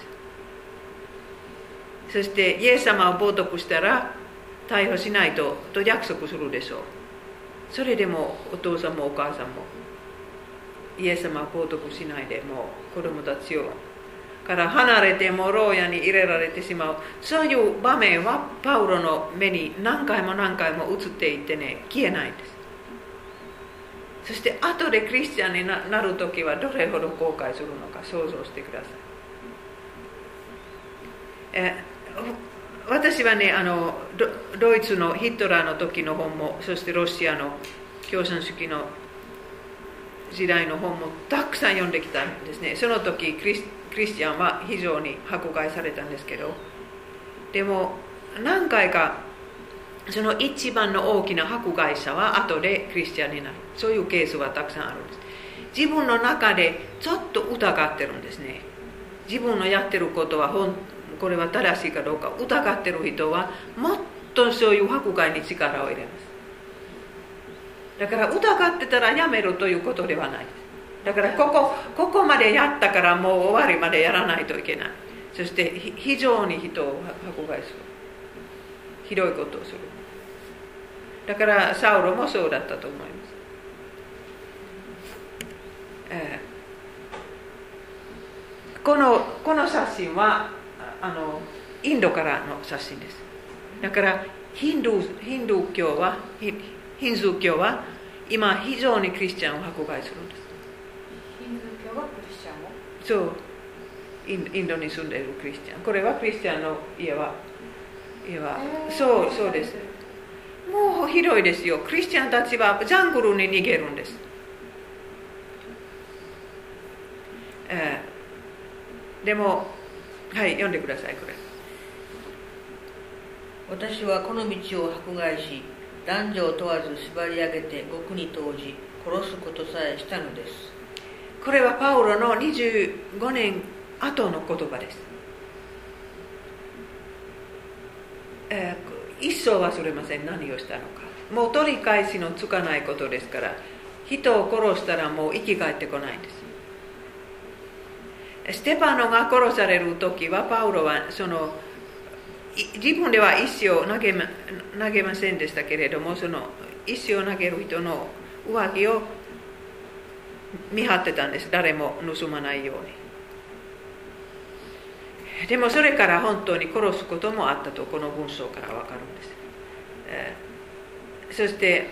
そしてイエス様を冒涜したら逮捕しないと約束するでしょう。それでもお父さんもお母さんもイエス様を冒涜しないで、もう子供たちから離れても牢屋に入れられてしまう、そういう場面はパウロの目に何回も何回も映っていってね、消えないんです。そして後でクリスチャンになるときはどれほど後悔するのか想像してください。私はね、ドイツのヒトラーの時の本も、そしてロシアの共産主義の時代の本もたくさん読んできたんですね。その時クリスチャンは非常に迫害されたんですけど、でも何回かその一番の大きな迫害者は後でクリスチャンになる、そういうケースはたくさんあるんです。自分の中でちょっと疑ってるんですね。自分のやってることはこれは正しいかどうか疑ってる人はもっとそういう迫害に力を入れます。だから疑ってたらやめるということではないです。だからここまでやったからもう終わりまでやらないといけない。そして非常に人を迫害する、ひどいことをする。だからサウロもそうだったと思います。この写真はインドからの写真です。だからヒンドゥー教は今非常にクリスチャンを迫害するんです。 ヒンドゥー教がクリスチャンを、 そう、インドに住んでいるクリスチャン、これはクリスチャンの家はそうです。もうひどいですよ。クリスチャンたちはジャングルに逃げるんです。でもはい、読んでください。これ、 私はこの道を迫害し、男女を問わず縛り上げて獄に投じ、殺すことさえしたのです。 これはパウロの25年後の言葉です。一生忘れません、何をしたのか。もう取り返しのつかないことですから、 人を殺したらもう生き返ってこないんです。ステパノが殺される時はパウロは自分では石を投げませんでしたけれども、その石を投げる人の上着を見張ってたんです。誰も盗まないように。でもそれから本当に殺すこともあったとこの文章から分かるんです。そして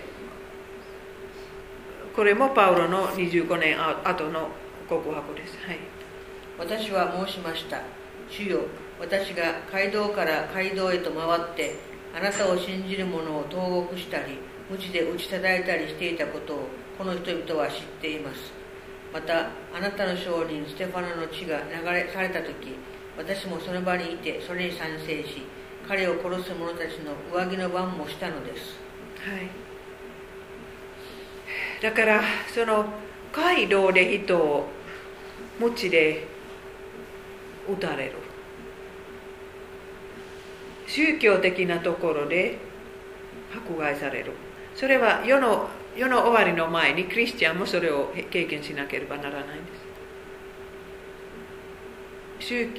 これもパウロの25年後の告白です。はい、 私は申しました。主よ、私が街道から街道へと回ってあなたを信じる者を投獄したり鞭で打ち叩いたりしていたことをこの人々は知っています。またあなたの証人ステファノの血が流れされた時、私もその場にいてそれに賛成し、彼を殺す者たちの上着の番もしたのです。 はい、だからその街道で人を鞭で打たれる、宗教的なところで迫害される、それは世の終わりの前にクリスチャンもそれを経験しなければならないんです。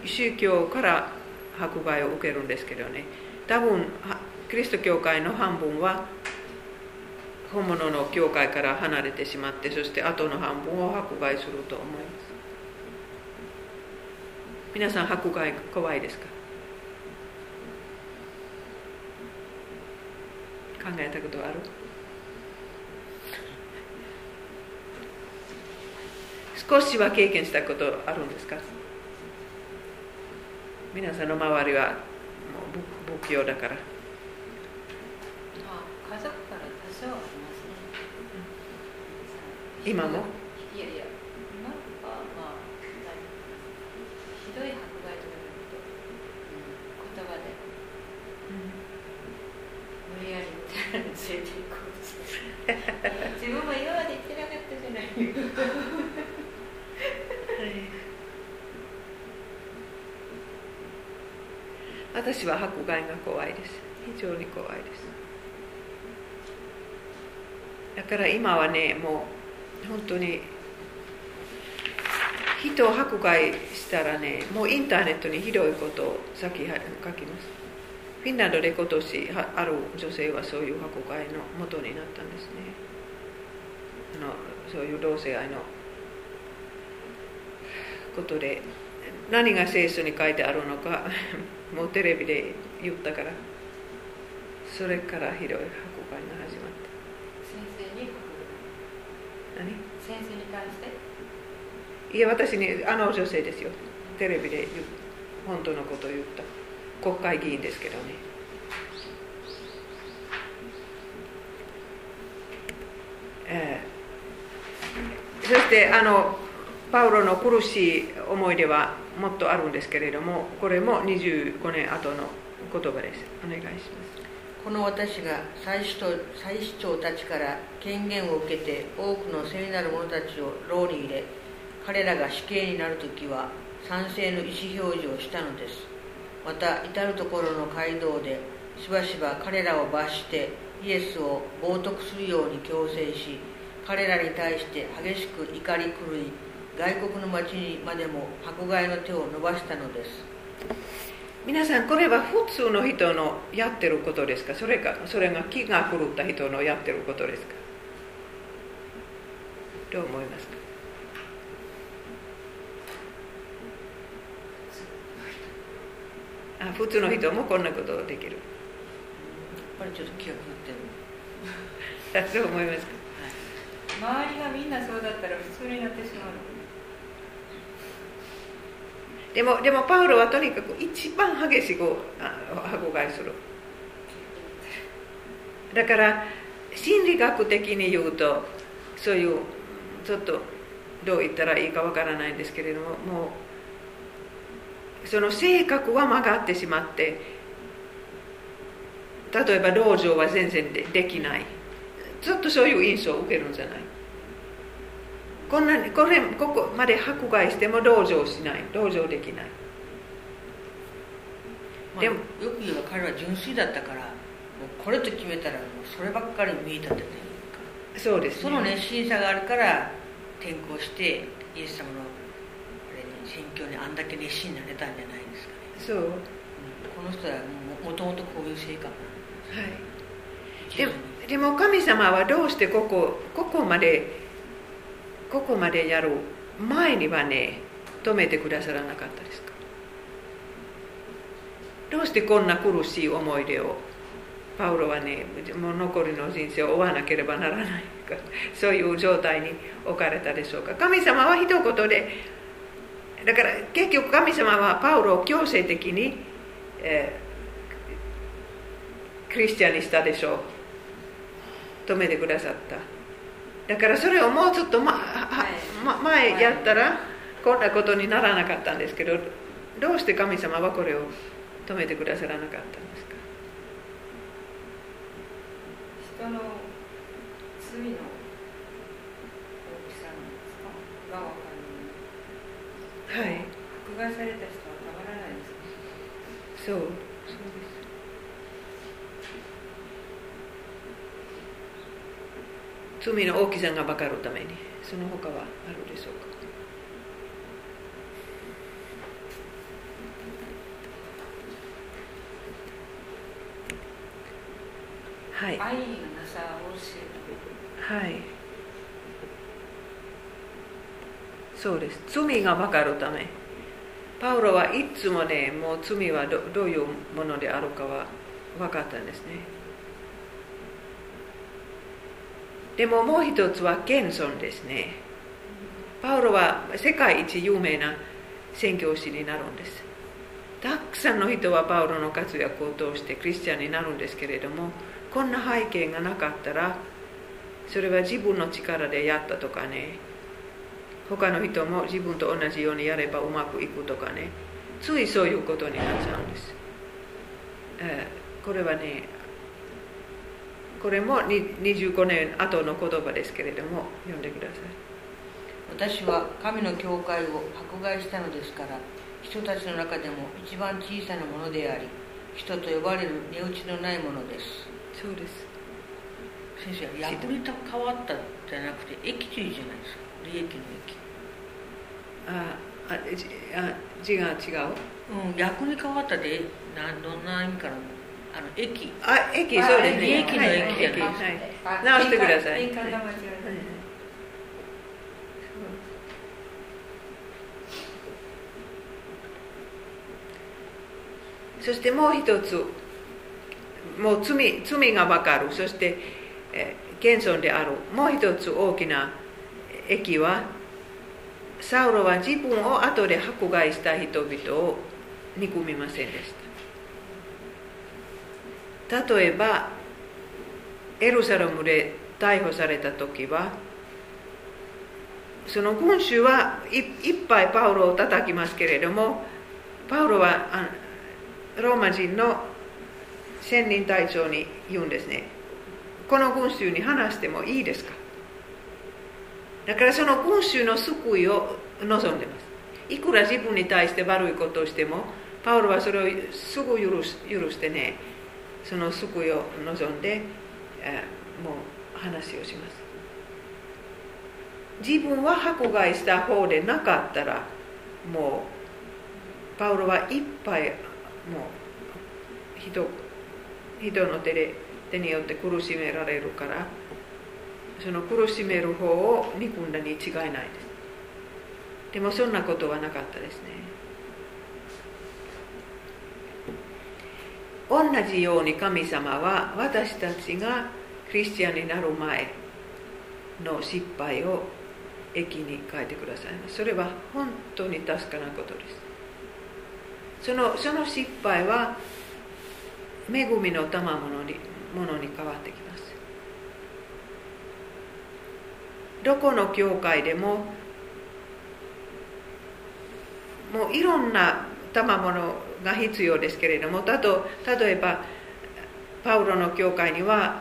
宗教から迫害を受けるんですけどね、多分キリスト教会の半分は本物の教会から離れてしまって、そしてあとの半分を迫害すると思います。皆さん迫害怖いですか？考えたことある？少しは経験したことあるんですか？皆さんの周りはもう仏教だから。 家族から多少ありますね。 今も？ いやいや、今はまあひどい迫害とか言うと、言葉で、無理やりみたいなのに連れて行こうとして、自分も今まで言ってなかったじゃない私は迫害が怖いです。非常に怖いです。だから今はね、もう本当に人を迫害したらね、もうインターネットにひどいことを先書きます。フィンランドで今年ある女性はそういう迫害の元になったんですね。そういう同性愛のことで何が聖書に書いてあるのかもうテレビで言ったから、それからひどい迫害が始まった。 先生に対して？ いや、私に女性ですよ。テレビで本当のことを言った。国会議員ですけどね。そしてパウロの苦しい思い出はもっとあるんですけれども、これも25年後の言葉です。お願いします。 この私が祭司長たちから権限を受けて多くの聖なる者たちを牢に入れ、彼らが死刑になるときは賛成の意思表示をしたのです。また至るところの街道でしばしば彼らを罰してイエスを冒涜するように強制し、彼らに対して激しく怒り狂い、外国の町にまでも迫害の手を伸ばしたのです。 皆さん、これは普通の人のやってることですか？それが気が狂った人のやってることですか？どう思いますか？普通の人もこんなことできる。 やっぱりちょっと気が狂ってる。 どう思いますか？ 周りがみんなそうだったら普通になってしまう。 でもパウロはとにかく一番激しく迫害する。だから心理学的に言うと、そういうちょっとどう言ったらいいかわからないんですけれども、もうその性格は曲がってしまって、例えば同情は全然 できない、ちょっとそういう印象を受けるんじゃない。ここまで迫害しても同情しない、同情できない。 でもよく言えば彼は純粋だったから、もうこれと決めたらもうそればっかり見立ててそうですね。 その熱心さがあるから転校してイエス様の宣教にあんだけ熱心になれたんじゃないですかね。 そう、 この人はもともとこういう性格なんはい。でも神様はどうしてここまでやる前にはね、止めてくださらなかったですか？どうしてこんな苦しい思い出をパウロはね、もう残りの人生を追わなければならないか、そういう状態に置かれたでしょうか。神様は一言で、だから結局神様はパウロを強制的に、クリスチャンにしたでしょう。止めてくださった。だからそれをもうちょっと前やったらこんなことにならなかったんですけど、どうして神様はこれを止めてくださらなかったんですか？ 人の罪の大きさが分かる。 はい。 迫害された人はたまらないです。 そうです。罪の大きさが分かるために、その他はあるでしょうか？はい。 愛がなさを教えはい。そうです。罪が分かるため。パウロはいつもね、もう罪はどういうものであるかは分かったんですね。でももう一つは謙遜ですね。パウロは世界一有名な宣教師になるんです。たくさんの人はパウロの活躍を通してクリスチャンになるんですけれども、こんな背景がなかったら、それは自分の力でやったとかね、他の人も自分と同じようにやればうまくいくとかね、ついそういうことになっちゃうんです。これはね、これも25年後の言葉ですけれども、読んでください。 私は神の教会を迫害したのですから、人たちの中でも一番小さなものであり、人と呼ばれる値打ちのないものです。 そうです。 先生、役に変わったじゃなくて益というじゃないですか。利益の益。 字が違う？ 役に変わったでどんな意味かな。益。 益、そうですね。 利益の益じゃない。 はい。直してください。 変換が間違いない。 そしてもう一つ、もう罪が分かる、そして、謙遜である。もう一つ大きな益は、サウロは自分を後で迫害した人々を憎みませんでした。例えば、エルサレムで逮捕された時は、その群衆はいっぱいパウロを叩きますけれども、パウロはローマ人の千人隊長に言うんですね。この群衆に話してもいいですか？だからその群衆の救いを望んでます。いくら自分に対して悪いことをしても、パウロはそれをすぐ許してね、その救いを望んで、もう話をします。自分は迫害した方でなかったら、もうパウロはいっぱいもう人の手によって苦しめられるから、その苦しめる方を憎んだに違いないです。でもそんなことはなかったですね。同じように神様は私たちがクリスチャンになる前の失敗を益に変えてくださいます。それは本当に確かなことです。その失敗は恵みの賜物に変わってきます。どこの教会でももういろんな賜物が必要ですけれども、例えばパウロの教会には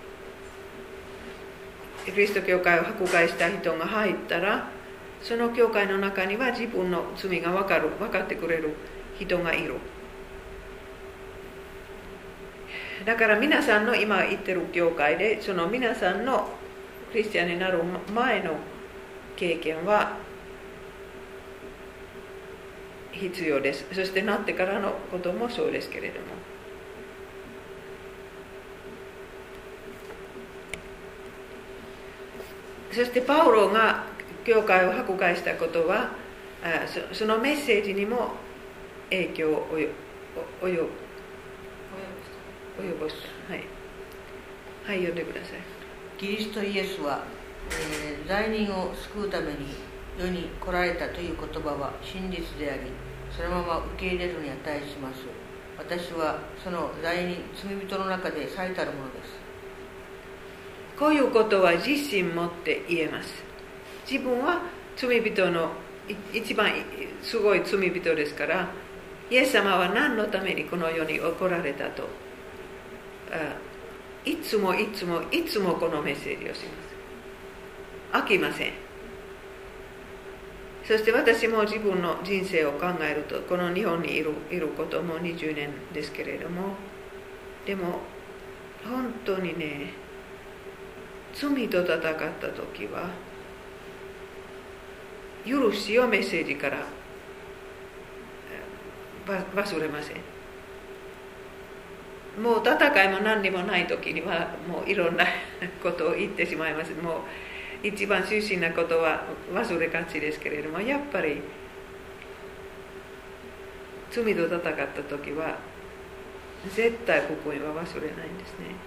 キリスト教会を迫害した人が入ったら、その教会の中には自分の罪が分かってくれる人がいる。だから皆さんの今言ってる教会で、その皆さんのクリスチャンになる前の経験は必要です。そしてなってからのこともそうですけれども、そしてパウロが教会を迫害したことは、そのメッセージにも影響を及ぼした。はい、はい、読んでください。 キリストイエスは、罪人を救うために世に来られたという言葉は真実であり、そのまま受け入れるに値します。私はその罪人、罪人の中で最たるものです。 こういうことは自信持って言えます。自分は罪人の一番すごい罪人ですから、イエス様は何のためにこの世に来られたと、いつもこのメッセージをします。飽きません。そして私も自分の人生を考えると、この日本にいることも20年ですけれども、でも本当にね、罪と戦った時は許しをメッセージから忘れません。もう戦いも何にもない時にはもういろんなことを言ってしまいます。もう一番中心なことは忘れがちですけれども、やっぱり罪と戦った時は絶対福音は忘れないんですね。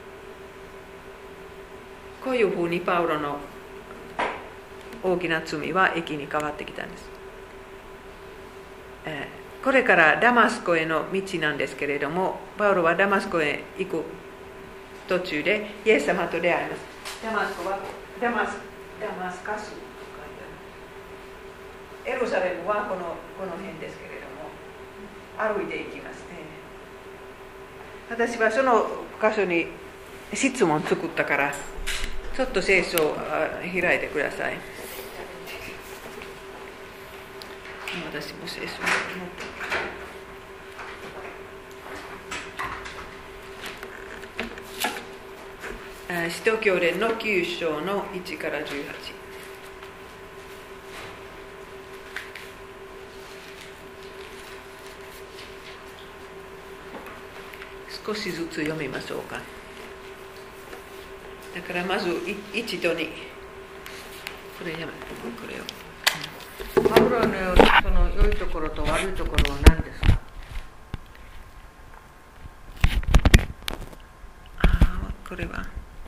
こういうふうにパウロの大きな罪は益に変わってきたんです。これからダマスコへの道なんですけれども、パウロはダマスコへ行く途中でイエス様と出会います。ダマスカスと書いてある。エルサレムはこの辺ですけれども、歩いて行きますね。私はその箇所に質問作ったから、ちょっと聖書を開いてください。私も聖書を持って。使徒教伝の9章の1から18。少しずつ読みましょうか。だからまず1と2。これを。 パウロのその良いところと悪いところは何ですか？ これは。